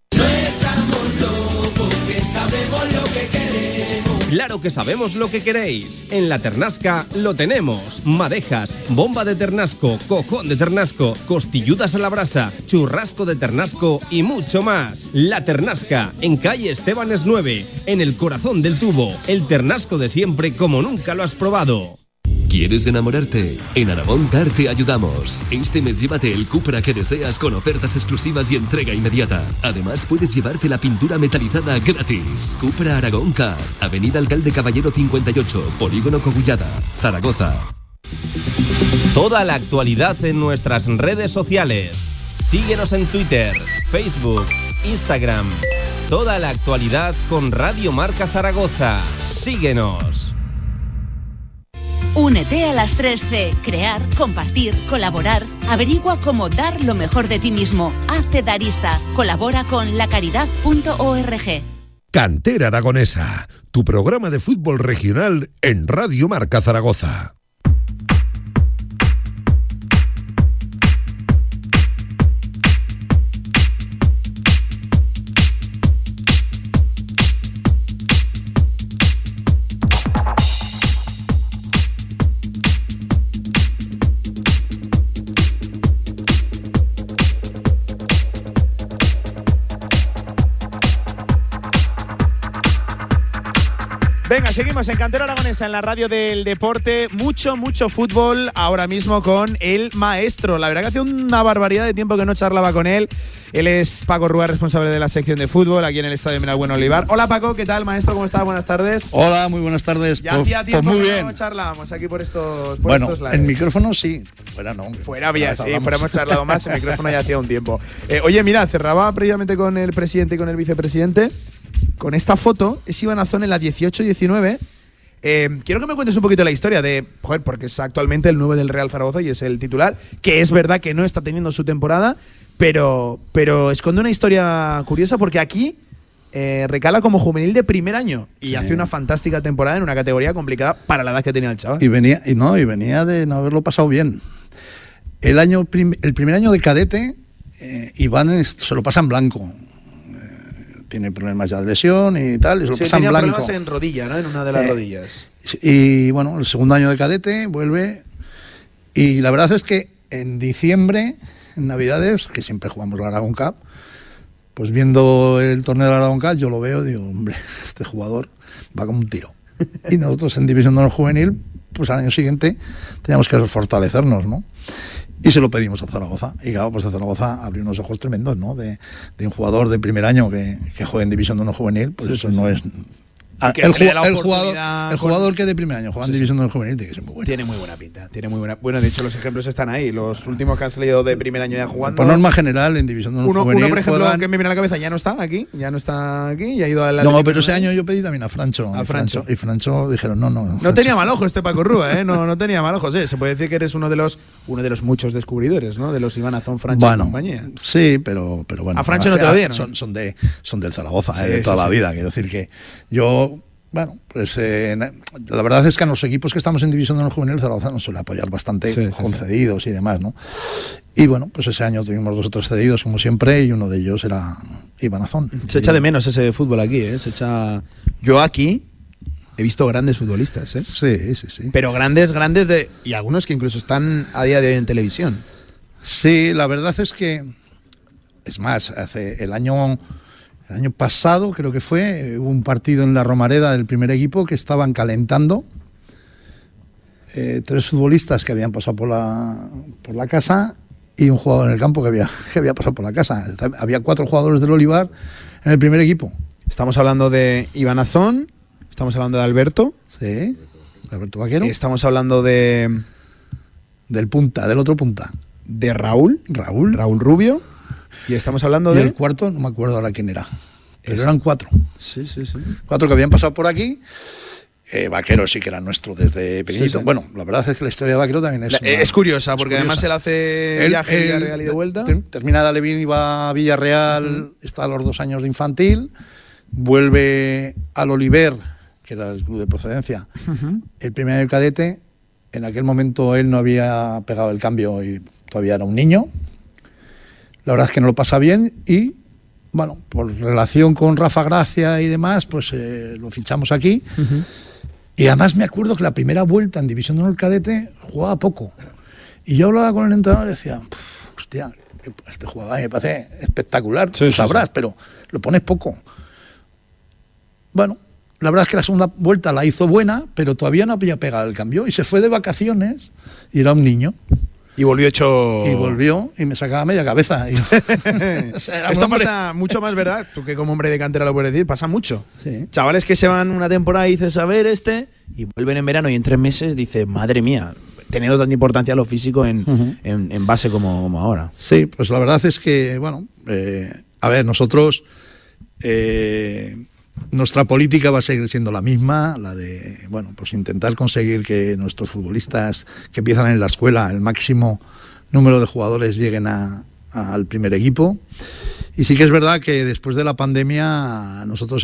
Claro que sabemos lo que queréis. En La Ternasca lo tenemos. Madejas, bomba de ternasco, cojón de ternasco, costilludas a la brasa, churrasco de ternasco y mucho más. La Ternasca, en calle Estebanes 9, en el corazón del tubo. El ternasco de siempre como nunca lo has probado. ¿Quieres enamorarte? En Aragón Car te ayudamos. Este mes llévate el Cupra que deseas con ofertas exclusivas y entrega inmediata. Además puedes llevarte la pintura metalizada gratis. Cupra Aragón Car, Avenida Alcalde Caballero 58, Polígono Cogullada, Zaragoza. Toda la actualidad en nuestras redes sociales. Síguenos en Twitter, Facebook, Instagram. Toda la actualidad con Radio Marca Zaragoza. Síguenos. Únete a las 3C. Crear, compartir, colaborar. Averigua cómo dar lo mejor de ti mismo. Hazte darista. Colabora con lacaridad.org. Cantera Aragonesa, tu programa de fútbol regional en Radio Marca Zaragoza. Venga, seguimos en Cantera Aragonesa, en la radio del deporte. Mucho fútbol ahora mismo con el maestro. La verdad que hace una barbaridad de tiempo que no charlaba con él. Él es Paco Rúa, responsable de la sección de fútbol aquí en el Estadio Miralbueno Olivar. Hola Paco, ¿qué tal, maestro? ¿Cómo estás? Buenas tardes. Hola, muy buenas tardes. Ya hacía tiempo muy que bien. no charlábamos aquí por estos lares. En micrófono sí, fuera no. Fuera había, sí, fuera hemos charlado más, en micrófono ya hacía un tiempo. Oye, mira, cerraba previamente con el presidente y con el vicepresidente. Con esta foto, es Iván Azón en la 18-19. Quiero que me cuentes un poquito la historia de, porque es actualmente el 9 del Real Zaragoza y es el titular, que es verdad que no está teniendo su temporada, pero esconde una historia curiosa porque aquí recala como juvenil de primer año y hace una fantástica temporada en una categoría complicada para la edad que tenía el chaval. Y venía de no haberlo pasado bien. El primer año de cadete, Iván se lo pasa en blanco. Tiene problemas ya de lesión y tal, y se lo pasa en blanco. Tenía problemas en rodilla, ¿no? En una de las rodillas. Y bueno, el segundo año de cadete vuelve. Y la verdad es que en diciembre, en Navidades, que siempre jugamos la Aragón Cup, pues viendo el torneo de la Aragón Cup, yo lo veo y digo, hombre, este jugador va como un tiro. Y nosotros en División de Honor Juvenil, pues al año siguiente teníamos que fortalecernos, ¿no? Y se lo pedimos a Zaragoza. Y claro, pues a Zaragoza abrió unos ojos tremendos, ¿no? De un jugador de primer año que juega en División de Honor Juvenil, pues sí, eso sí, no es El jugador que de primer año juega en División de Honor Juvenil tiene que ser muy bueno. Tiene muy buena pinta, tiene muy buena. Bueno, de hecho los ejemplos están ahí. Los últimos que han salido de primer año ya jugando. Por norma general en División de Honor Juvenil. Uno, por ejemplo, que me viene a la cabeza, ya no está aquí y ha ido a la. No, pero ese año yo pedí también a Francho. Y Francho dijeron no. No tenía mal ojo este Paco Rúa, no tenía mal ojo. Sí, se puede decir que eres uno de los muchos descubridores, ¿no? De los Iván Azón, Francho y compañía. Sí, pero bueno. A Francho no te lo dieron. Son del Zaragoza, de toda la vida. Quiero decir que yo. Bueno, pues la verdad es que a los equipos que estamos en División de Honor Juvenil, Zaragoza nos suele apoyar bastante con cedidos y demás, ¿no? Y bueno, pues ese año tuvimos 2 o 3 cedidos, como siempre, y uno de ellos era Iván Azón. Se echa de menos ese fútbol aquí, ¿eh? Yo aquí he visto grandes futbolistas, ¿eh? Sí. Pero grandes y algunos que incluso están a día de hoy en televisión. Sí, la verdad es que, es más, el año pasado, creo que hubo un partido en la Romareda del primer equipo que estaban calentando 3 futbolistas que habían pasado por la casa y un jugador en el campo que había pasado por la casa. Había 4 jugadores del Olivar en el primer equipo. Estamos hablando de Iván Azón, estamos hablando de Alberto. Sí, Alberto Vaquero. Estamos hablando del otro punta. De Raúl Rubio. Y estamos hablando de. Y el cuarto, no me acuerdo ahora quién era. Pero eran 4. Sí. 4 que habían pasado por aquí. Vaquero sí que era nuestro desde pequeñito. Sí. Bueno, la verdad es que la historia de Vaquero también es curiosa, porque además él hace viaje a Villarreal y de vuelta. Termina de Alevín y va a Villarreal, está a los 2 años de infantil, vuelve al Oliver, que era el club de procedencia, el primer año de cadete. En aquel momento él no había pegado el cambio y todavía era un niño. La verdad es que no lo pasa bien y, bueno, por relación con Rafa Gracia y demás, pues lo fichamos aquí. Y además me acuerdo que la primera vuelta en División de Honor Cadete jugaba poco. Y yo hablaba con el entrenador y decía, hostia, este jugador me parece espectacular, tú sabrás, pero lo pones poco. Bueno, la verdad es que la segunda vuelta la hizo buena, pero todavía no había pegado el cambio. Y se fue de vacaciones y era un niño. Y volvió hecho. Y volvió y me sacaba media cabeza. O sea, esto pasa mucho más, ¿verdad? Tú que como hombre de cantera lo puedes decir, pasa mucho. Sí. Chavales que se van una temporada y dices, a ver, y vuelven en verano y en 3 meses dices, madre mía, teniendo tanta importancia lo físico en base como ahora. Sí, pues la verdad es que, bueno, a ver, nosotros. Nuestra política va a seguir siendo la misma, la de, bueno, pues intentar conseguir que nuestros futbolistas que empiezan en la escuela, el máximo número de jugadores lleguen al primer equipo. Y sí que es verdad que después de la pandemia nosotros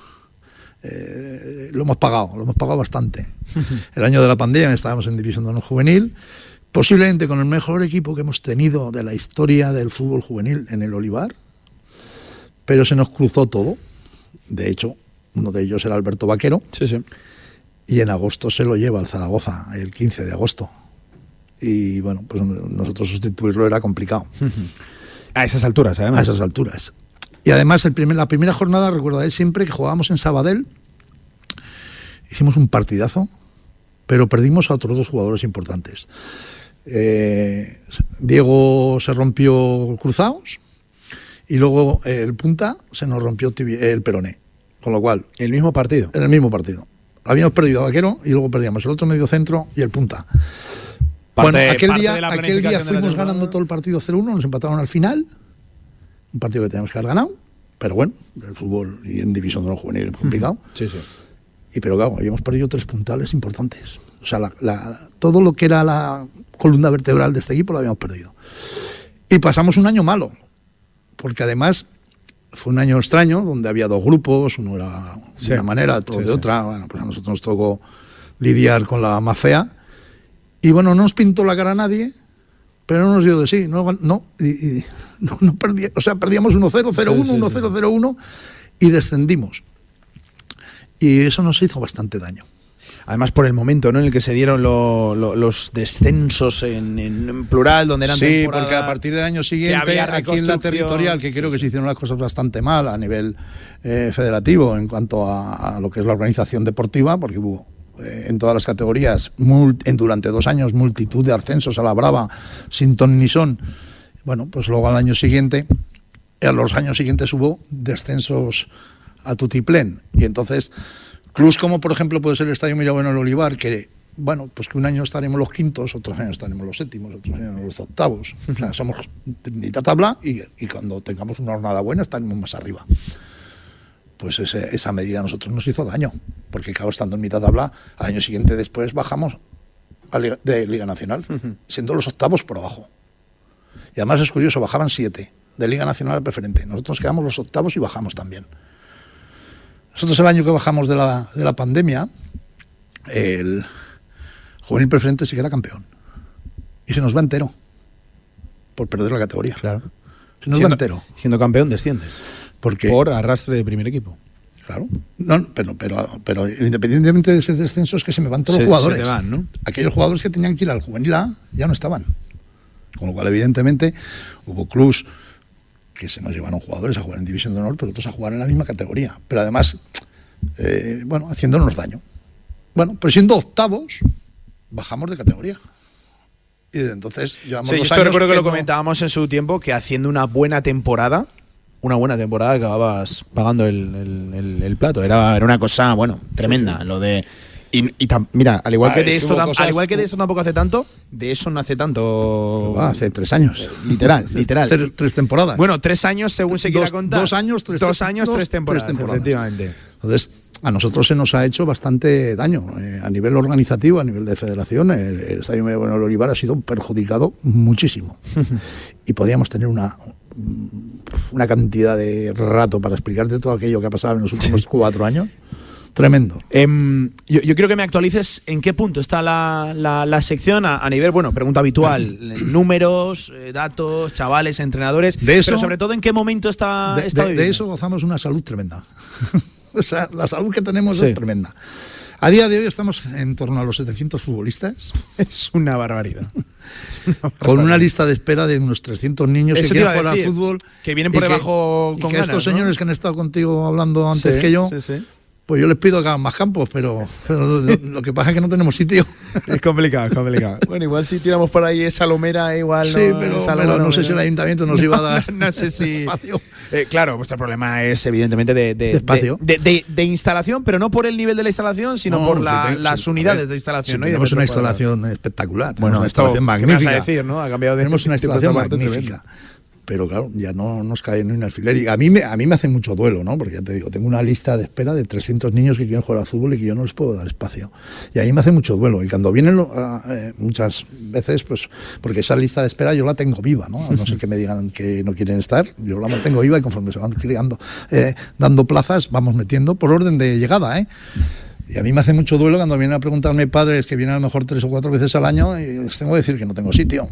lo hemos pagado bastante. El año de la pandemia estábamos en División de Honor Juvenil, posiblemente con el mejor equipo que hemos tenido de la historia del fútbol juvenil en el Olivar, pero se nos cruzó todo. De hecho, uno de ellos era Alberto Vaquero. Sí. Y en agosto se lo lleva al Zaragoza, el 15 de agosto. Y bueno, pues nosotros sustituirlo era complicado. A esas alturas, además. A esas alturas. Y además, la primera jornada, recordaré siempre que jugábamos en Sabadell. Hicimos un partidazo, pero perdimos a otros 2 jugadores importantes. Diego se rompió cruzados. Y luego el punta se nos rompió el peroné. Con lo cual. ¿El mismo partido? En el mismo partido. Habíamos perdido a Vaquero y luego perdíamos el otro medio centro y el punta. Aquel día fuimos ganando todo el partido 0-1, nos empataron al final. Un partido que teníamos que haber ganado. Pero bueno, el fútbol y en División de Honor Juvenil es complicado. Sí. Y pero claro, habíamos perdido 3 puntales importantes. O sea, todo lo que era la columna vertebral de este equipo lo habíamos perdido. Y pasamos un año malo. Porque además fue un año extraño donde había 2 grupos, uno era de una manera, otro de otra. Bueno, pues a nosotros nos tocó lidiar con la más fea. Y bueno, no nos pintó la cara a nadie, pero no nos dio de sí. No perdí, o sea, perdíamos 1-0, 0-1, 1-0, 0-1 y descendimos. Y eso nos hizo bastante daño. Además por el momento, ¿no?, en el que se dieron los descensos en plural, donde eran temporadas. Sí, porque a partir del año siguiente, aquí en la territorial, que creo que se hicieron las cosas bastante mal a nivel federativo en cuanto a lo que es la organización deportiva, porque hubo en todas las categorías durante 2 años multitud de ascensos a la brava, sin ton ni son. Bueno, pues luego a los años siguientes hubo descensos a tutiplén. Y entonces Clubs como, por ejemplo, puede ser el Estadio Mirabueno del Olivar, que, bueno, pues que un año estaremos los quintos, otros años estaremos los séptimos, otros años los octavos. O sea, somos mitad tabla y cuando tengamos una jornada buena estaremos más arriba. Pues esa medida a nosotros nos hizo daño, porque claro, estando en mitad tabla, al año siguiente después bajamos de Liga Nacional, siendo los octavos por abajo. Y además es curioso, bajaban 7 de Liga Nacional a Preferente. Nosotros quedamos los octavos y bajamos también. Nosotros el año que bajamos de la pandemia, el Juvenil Preferente se queda campeón. Y se nos va entero, por perder la categoría. Claro. Se nos va entero. Siendo campeón desciendes. Porque, por arrastre de primer equipo. Claro. No, pero independientemente de ese descenso es que se me van todos los jugadores. Se te van, ¿no? Aquellos jugadores que tenían que ir al Juvenil A ya no estaban. Con lo cual, evidentemente, hubo clubs que se nos llevaron jugadores a jugar en División de Honor, pero otros a jugar en la misma categoría. Pero además, haciéndonos daño. Bueno, pues siendo octavos, bajamos de categoría. Y desde entonces llevamos 2 años. Recuerdo que lo comentábamos en su tiempo, que haciendo una buena temporada acababas pagando el plato. Era una cosa, bueno, tremenda. Sí. Lo de mira, al igual que de esto tampoco hace tanto, de eso no hace tanto. Hace 3 años. Literal. 3 temporadas. Bueno, 3 años según se quiera contar. 2 años, 3 temporadas. Efectivamente. Entonces, a nosotros se nos ha hecho bastante daño. A nivel organizativo, a nivel de federación, el Estadio Mirabueno del Olivar ha sido perjudicado muchísimo. Y podíamos tener una cantidad de rato para explicarte todo aquello que ha pasado en los últimos 4 años. Tremendo. Yo quiero que me actualices en qué punto está la sección a nivel, bueno, pregunta habitual, números, datos, chavales, entrenadores, pero sobre todo en qué momento está viviendo. De eso gozamos una salud tremenda. O sea, la salud que tenemos es tremenda. A día de hoy estamos en torno a los 700 futbolistas. Es una barbaridad. Con una lista de espera de unos 300 niños que quieren jugar al fútbol. Que vienen por debajo con ganas, estos señores, ¿no?, que han estado contigo hablando antes que yo, pues yo les pido que hagan más campos, pero lo que pasa es que no tenemos sitio. Es complicado. Bueno, igual si tiramos por ahí esa lomera, igual sí, no. Pero no sé si el ayuntamiento nos iba a dar no sé si espacio. Claro, vuestro problema es evidentemente de espacio. De instalación, pero no por el nivel de la instalación, sino por las unidades de instalación. Tenemos una instalación espectacular. Bueno, una instalación magnífica. ¿Qué vas a decir, no? Ha cambiado tenemos una instalación magnífica. Pero claro, ya no nos cae ni un alfiler. Y a mí me hace mucho duelo, ¿no? Porque ya te digo, tengo una lista de espera de 300 niños que quieren jugar al fútbol y que yo no les puedo dar espacio. Y a mí me hace mucho duelo. Y cuando vienen muchas veces, pues, porque esa lista de espera yo la tengo viva, ¿no? No sé que me digan que no quieren estar, yo la mantengo viva y conforme se van creando, dando plazas, vamos metiendo por orden de llegada, ¿eh? Y a mí me hace mucho duelo cuando vienen a preguntarme padres que vienen a lo mejor 3 o 4 veces al año y les tengo que decir que no tengo sitio.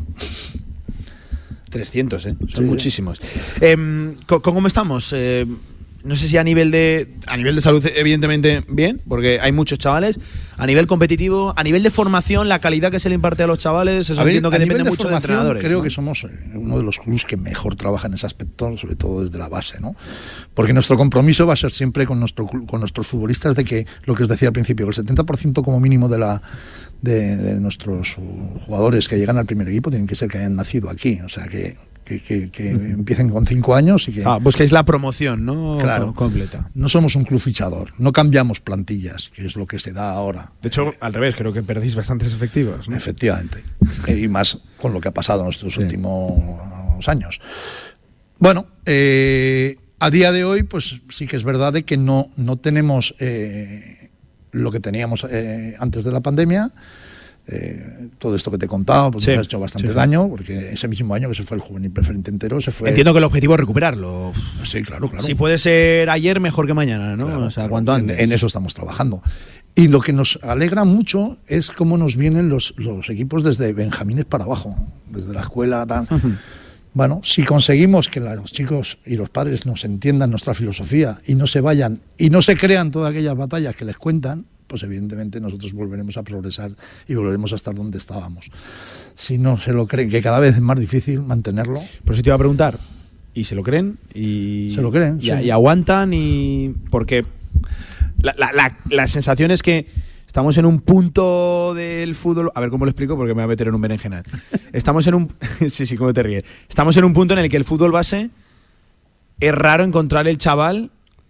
300, son muchísimos. ¿Cómo estamos? No sé si a nivel de salud, evidentemente, bien, porque hay muchos chavales. A nivel competitivo, a nivel de formación, la calidad que se le imparte a los chavales, eso entiendo que depende mucho de entrenadores. Creo, ¿no?, que somos uno de los clubes que mejor trabaja en ese aspecto, sobre todo desde la base, ¿no? Porque nuestro compromiso va a ser siempre con nuestros futbolistas de que, lo que os decía al principio, que el 70% como mínimo de nuestros jugadores que llegan al primer equipo tienen que ser que hayan nacido aquí, o sea que empiecen con 5 años y que... busquéis la promoción, ¿no? Claro, completa. No somos un club fichador, no cambiamos plantillas, que es lo que se da ahora. De hecho, al revés, creo que perdéis bastantes efectivos, ¿no? Efectivamente, y más con lo que ha pasado en estos últimos años. Bueno, a día de hoy, pues sí que es verdad de que no tenemos lo que teníamos antes de la pandemia. Todo esto que te he contado pues nos ha hecho bastante daño, porque ese mismo año que se fue el Juvenil Preferente entero se fue. Entiendo que el objetivo es recuperarlo. Sí, claro. Si puede ser ayer, mejor que mañana, ¿no? Claro, o sea, cuanto antes. En eso estamos trabajando. Y lo que nos alegra mucho es cómo nos vienen los equipos desde benjamines para abajo, desde la escuela, tal. Bueno, si conseguimos que los chicos y los padres nos entiendan nuestra filosofía y no se vayan y no se crean todas aquellas batallas que les cuentan, pues evidentemente nosotros volveremos a progresar y volveremos a estar donde estábamos. Si no se lo creen, que cada vez es más difícil mantenerlo. Por eso te iba a preguntar, ¿y se lo creen? Se lo creen, sí. Y aguantan, y porque la sensación es que estamos en un punto del fútbol, a ver cómo lo explico porque me voy a meter en un berenjenal. Estamos en un sí, cómo te ríes. Estamos en un punto en el que el fútbol base es raro encontrar el chaval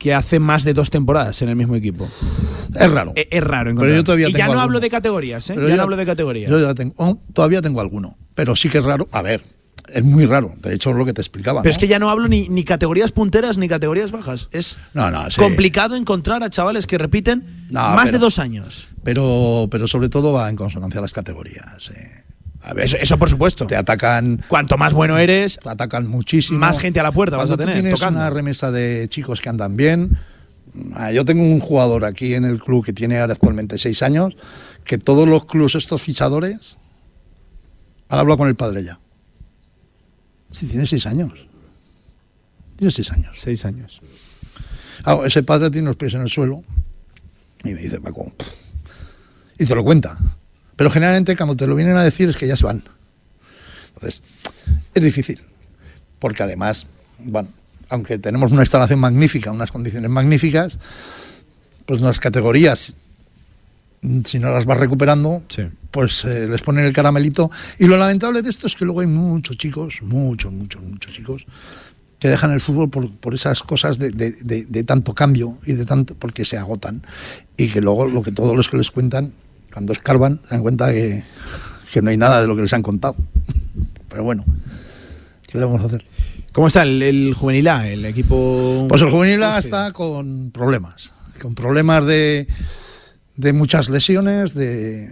que hace más de 2 temporadas en el mismo equipo. Es raro. Es raro encontrar. Pero yo todavía y ya tengo no alguno. hablo de categorías, ¿eh? Pero Ya no hablo de categorías. Yo todavía tengo alguno, pero sí que es raro. A ver, es muy raro. De hecho, es lo que te explicaba. Pero ¿no? es que ya no hablo ni categorías punteras ni categorías bajas. Es sí. complicado encontrar a chavales que repiten más de 2 años. Pero sobre todo va en consonancia a las categorías. A ver, eso por supuesto. Te atacan. Cuanto más bueno eres, te atacan muchísimo. Más gente a la puerta vas a tener. Cuando tú tienes tocando. una remesa de chicos que andan bien. Yo tengo un jugador aquí en el club que tiene ahora actualmente 6 años, que todos los clubes, estos fichadores, han hablado con el padre ya. Sí, tiene 6 años. Tiene 6 años. 6 años. Ese padre tiene los pies en el suelo y me dice, Paco, y te lo cuenta. Pero generalmente cuando te lo vienen a decir es que ya se van. Entonces, es difícil. Porque además, bueno, aunque tenemos una instalación magnífica, unas condiciones magníficas, pues las categorías, si no las vas recuperando, pues les ponen el caramelito. Y lo lamentable de esto es que luego hay muchos chicos, muchos chicos, que dejan el fútbol por esas cosas de tanto cambio y de tanto porque se agotan. Y que luego lo que todos los que les cuentan, cuando escarban, se dan cuenta que no hay nada de lo que les han contado. Pero bueno, ¿qué le vamos a hacer? ¿Cómo está el Juvenil A, el equipo? Pues el Juvenil A está con problemas de muchas lesiones, de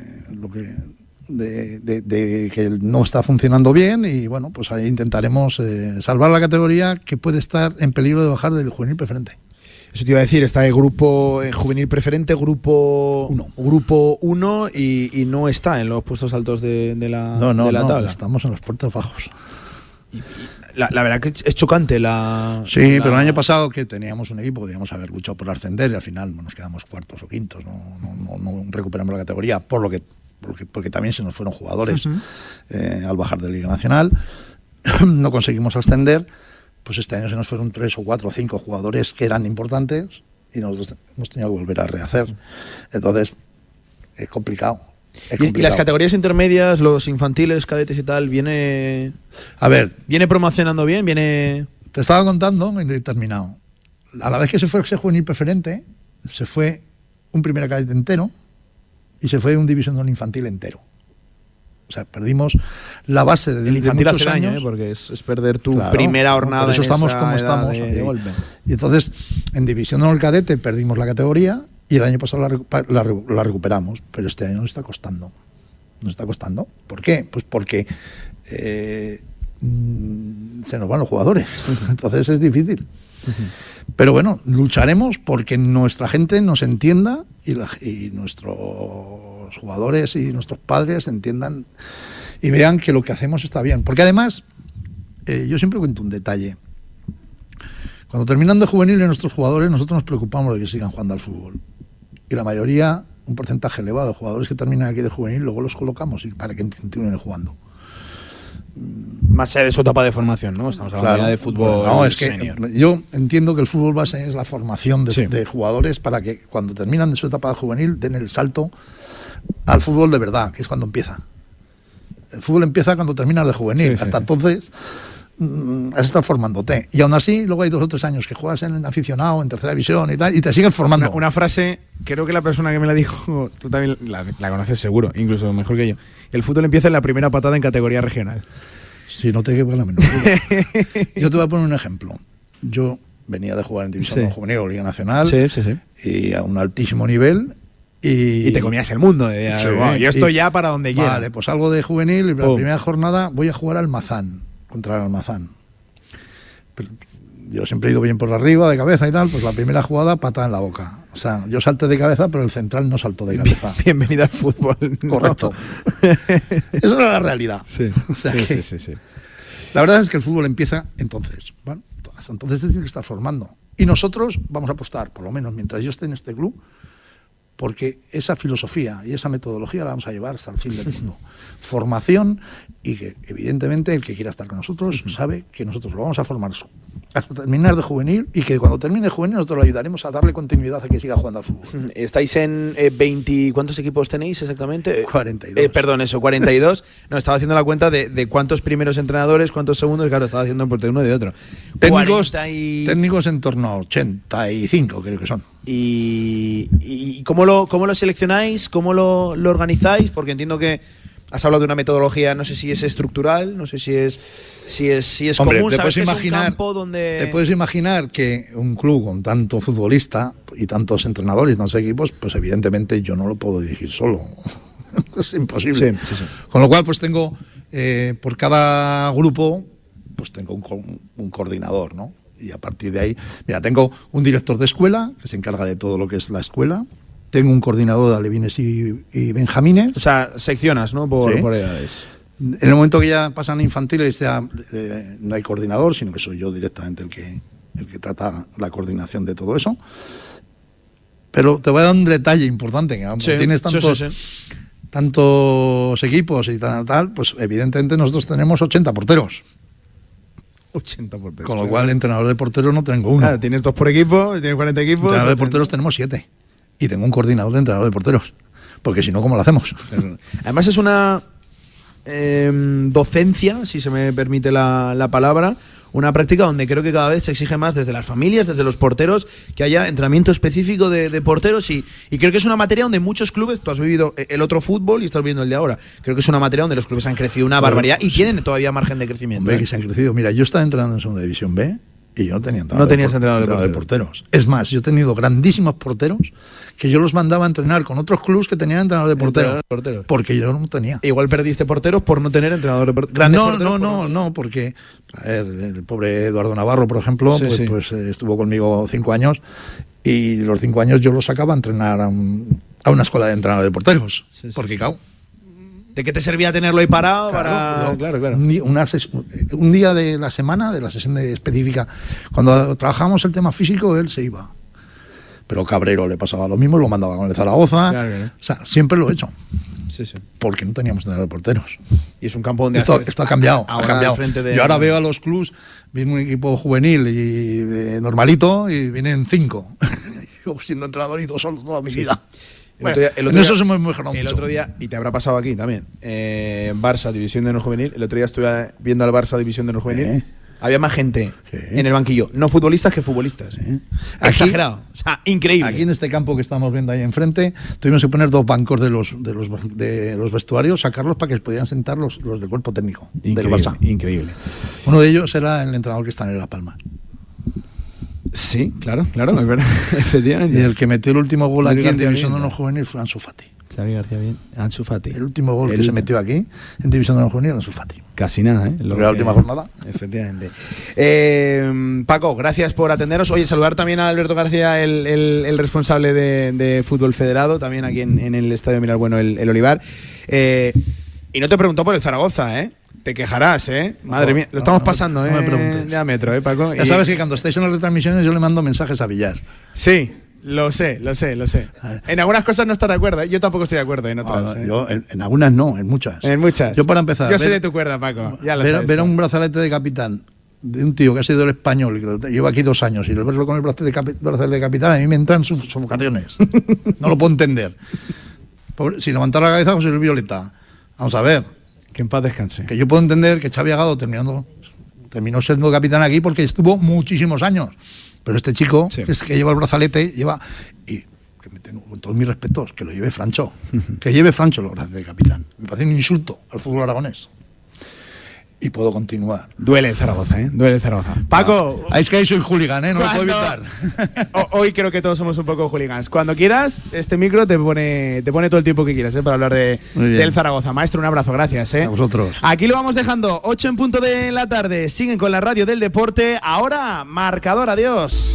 que no está funcionando bien y bueno, pues ahí intentaremos salvar la categoría que puede estar en peligro de bajar del Juvenil Preferente. Eso te iba a decir, está el grupo Juvenil Preferente, grupo 1 y no está en los puestos altos de la tabla. Estamos en los puestos bajos. La verdad que es chocante pero el año pasado que teníamos un equipo que debíamos haber luchado por ascender y al final nos quedamos cuartos o quintos, no recuperamos la categoría porque también se nos fueron jugadores al bajar de Liga Nacional, no conseguimos ascender. Pues este año se nos fueron 3 o 4 o 5 jugadores que eran importantes y nosotros hemos tenido que volver a rehacer. Entonces, es complicado. ¿Y las categorías intermedias, los infantiles, cadetes y tal, viene promocionando bien? Te estaba contando, y he terminado. A la vez que se fue ese Juvenil Preferente, se fue un primera cadete entero y se fue un división de un infantil entero. O sea, perdimos la base de infantil muchos hace años. Daño, porque es perder tu primera jornada. Por eso estamos como estamos. Y entonces, en división de honor cadete perdimos la categoría y el año pasado la recuperamos, pero este año nos está costando. Nos está costando. ¿Por qué? Pues porque se nos van los jugadores. Entonces es difícil. Pero bueno, lucharemos porque nuestra gente nos entienda y nuestros jugadores y nuestros padres entiendan y vean que lo que hacemos está bien. Porque además, yo siempre cuento un detalle. Cuando terminan de juveniles nuestros jugadores, nosotros nos preocupamos de que sigan jugando al fútbol. Y la mayoría, un porcentaje elevado de jugadores que terminan aquí de juvenil, luego los colocamos para que continúen jugando. Más allá de su etapa de formación, ¿no? Estamos hablando de fútbol. No, es que senior. Yo entiendo que el fútbol base es la formación de jugadores para que cuando terminan de su etapa de juvenil den el salto al fútbol de verdad, que es cuando empieza. El fútbol empieza cuando terminas de juvenil. Hasta entonces has estado formándote. Y aún así, luego hay 2 o 3 años que juegas en aficionado, en tercera división y tal, y te sigues formando. Una frase, creo que la persona que me la dijo, tú también la conoces seguro, incluso mejor que yo. El fútbol empieza en la primera patada en categoría regional. Sí, no te quepa la menor duda. Yo te voy a poner un ejemplo. Yo venía de jugar en división juvenil o Liga Nacional y a un altísimo nivel. Y te comías el mundo. Yo estoy ya para donde quiera. Vale, pues algo de juvenil y la primera jornada voy a jugar al Almazán, contra el Almazán. Pero yo siempre he ido bien por arriba, de cabeza y tal, pues la primera jugada, patada en la boca. O sea, yo salté de cabeza, pero el central no saltó de cabeza. Bienvenido al fútbol. Correcto. Eso era la realidad. Sí. O sea sí. La verdad es que el fútbol empieza entonces. Bueno, hasta entonces te tienes que estar formando. Y nosotros vamos a apostar, por lo menos mientras yo esté en este club, porque esa filosofía y esa metodología la vamos a llevar hasta el fin del mundo. Formación, y que evidentemente el que quiera estar con nosotros sabe que nosotros lo vamos a formar hasta terminar de juvenil, y que cuando termine juvenil nosotros lo ayudaremos a darle continuidad a que siga jugando al fútbol. Estáis en 20... ¿Cuántos equipos tenéis exactamente? 42. Perdón, eso, 42. No, estaba haciendo la cuenta de cuántos primeros entrenadores, cuántos segundos, claro, estaba haciendo por de uno y de otro. Técnicos en torno a 85, creo que son. ¿Y cómo lo seleccionáis? ¿Cómo lo organizáis? Porque entiendo que has hablado de una metodología, no sé si es estructural, no sé si es Hombre, común. te ¿Sabes puedes que imaginar, es un campo donde... Te puedes imaginar que un club con tanto futbolista y tantos entrenadores y tantos equipos, pues evidentemente yo no lo puedo dirigir solo. Es imposible. Sí. Con lo cual, pues tengo, por cada grupo, pues tengo un coordinador, ¿no? Y a partir de ahí, mira, tengo un director de escuela que se encarga de todo lo que es la escuela. Tengo un coordinador de alevines y benjamines. O sea, seccionas, ¿no? Por edades. En el momento que ya pasan a infantiles, ya no hay coordinador, sino que soy yo directamente el que trata la coordinación de todo eso. Pero te voy a dar un detalle importante, que como tienes tantos equipos y tal, pues evidentemente nosotros tenemos 80 porteros. 80 porteros. Con lo cual, entrenador de porteros no tengo uno. Claro, tienes 2 por equipo, tienes 40 equipos. Entrenador de porteros tenemos 7. Y tengo un coordinador de entrenador de porteros. Porque si no, ¿cómo lo hacemos? Además es una docencia, si se me permite la palabra, una práctica donde creo que cada vez se exige más desde las familias, desde los porteros, que haya entrenamiento específico de porteros, y creo que es una materia donde muchos clubes, tú has vivido el otro fútbol y estás viviendo el de ahora, creo que es una materia donde los clubes han crecido una barbaridad y tienen todavía margen de crecimiento. Hombre, que se han crecido. Mira, yo estaba entrenando en segunda división B y yo no tenía entrenador de porteros. Es más, yo he tenido grandísimos porteros que yo los mandaba a entrenar con otros clubes que tenían entrenador de porteros. Porque yo no tenía. Igual perdiste porteros por no tener entrenador de porteros. No, porque a ver, el pobre Eduardo Navarro, por ejemplo, pues estuvo conmigo 5 años, y los 5 años yo lo sacaba a entrenar a una escuela de entrenador de porteros. Porque, claro, ¿de qué te servía tenerlo ahí parado? Claro. Un día de la semana, de la sesión específica, cuando trabajamos el tema físico, él se iba. Pero Cabrero le pasaba lo mismo, lo mandaba con el Zaragoza. Claro. O sea, siempre lo he hecho. Sí. Porque no teníamos entrenador de porteros. Y es un campo donde... Esto ha cambiado. Yo ahora veo a los clubs, viene un equipo juvenil y normalito, y vienen 5. Yo siendo entrenador y 2 solos toda mi vida. En eso se me mejorado mucho. El otro día, y te habrá pasado aquí también, Barça, División de Honor Juvenil. El otro día estuve viendo al Barça, División de Honor Juvenil. Había más gente en el banquillo, no futbolistas que futbolistas. Exagerado, o sea, increíble. Aquí en este campo que estamos viendo ahí enfrente, tuvimos que poner 2 bancos de los vestuarios, sacarlos para que pudieran sentar los del cuerpo técnico del Barça. Increíble. Uno de ellos era el entrenador que está en La Palma. Sí, claro, es verdad, efectivamente. Y el que metió el último gol aquí en División de Honor Juvenil fue Ansu Fati. Xavi García bien. Ansu Fati. El último gol que se metió aquí en División de Honor Juvenil, Ansu Fati. Casi nada, ¿eh? La última jornada. Efectivamente. Paco, gracias por atendernos. Oye, saludar también a Alberto García, el responsable de Fútbol Federado, también aquí en el Estadio Miralbueno, el Olivar. Y no te preguntó por el Zaragoza, ¿eh? Te quejarás, ¿eh? Madre mía, lo estamos pasando, no me preguntes. Ya metro, Paco. Ya sabes que cuando estáis en las retransmisiones yo le mando mensajes a Villar. Sí, lo sé. En algunas cosas no estás de acuerdo, ¿eh? Yo tampoco estoy de acuerdo en otras. Yo en algunas no, en muchas. En muchas. Yo para empezar... Yo soy de tu cuerda, Paco. Ya lo sabes. Ver a un brazalete de capitán de un tío que ha sido el español y que lleva aquí 2 años, y verlo con el brazalete de capitán, a mí me entran sofocaciones. No lo puedo entender. Si levantar la cabeza, José Luis Violeta. Vamos a ver. Que en paz descanse. Que yo puedo entender que Xavi Agado terminó siendo capitán aquí porque estuvo muchísimos años. Pero este chico, es que lleva el brazalete, y que me tengo, con todos mis respetos, que lo lleve Francho. Que lleve Francho los brazaletes de capitán. Me parece un insulto al fútbol aragonés. Y puedo continuar. Duele el Zaragoza, ¿eh? Duele el Zaragoza. Paco. Es que ahí soy hooligan, ¿eh? No lo puedo evitar. Hoy creo que todos somos un poco hooligans. Cuando quieras, este micro te pone todo el tiempo que quieras, ¿eh? Para hablar del Zaragoza. Maestro, un abrazo, gracias, ¿eh? A vosotros. Aquí lo vamos dejando. 8 en punto de la tarde. Siguen con la radio del deporte. Ahora, marcador, adiós.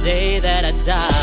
day that I die.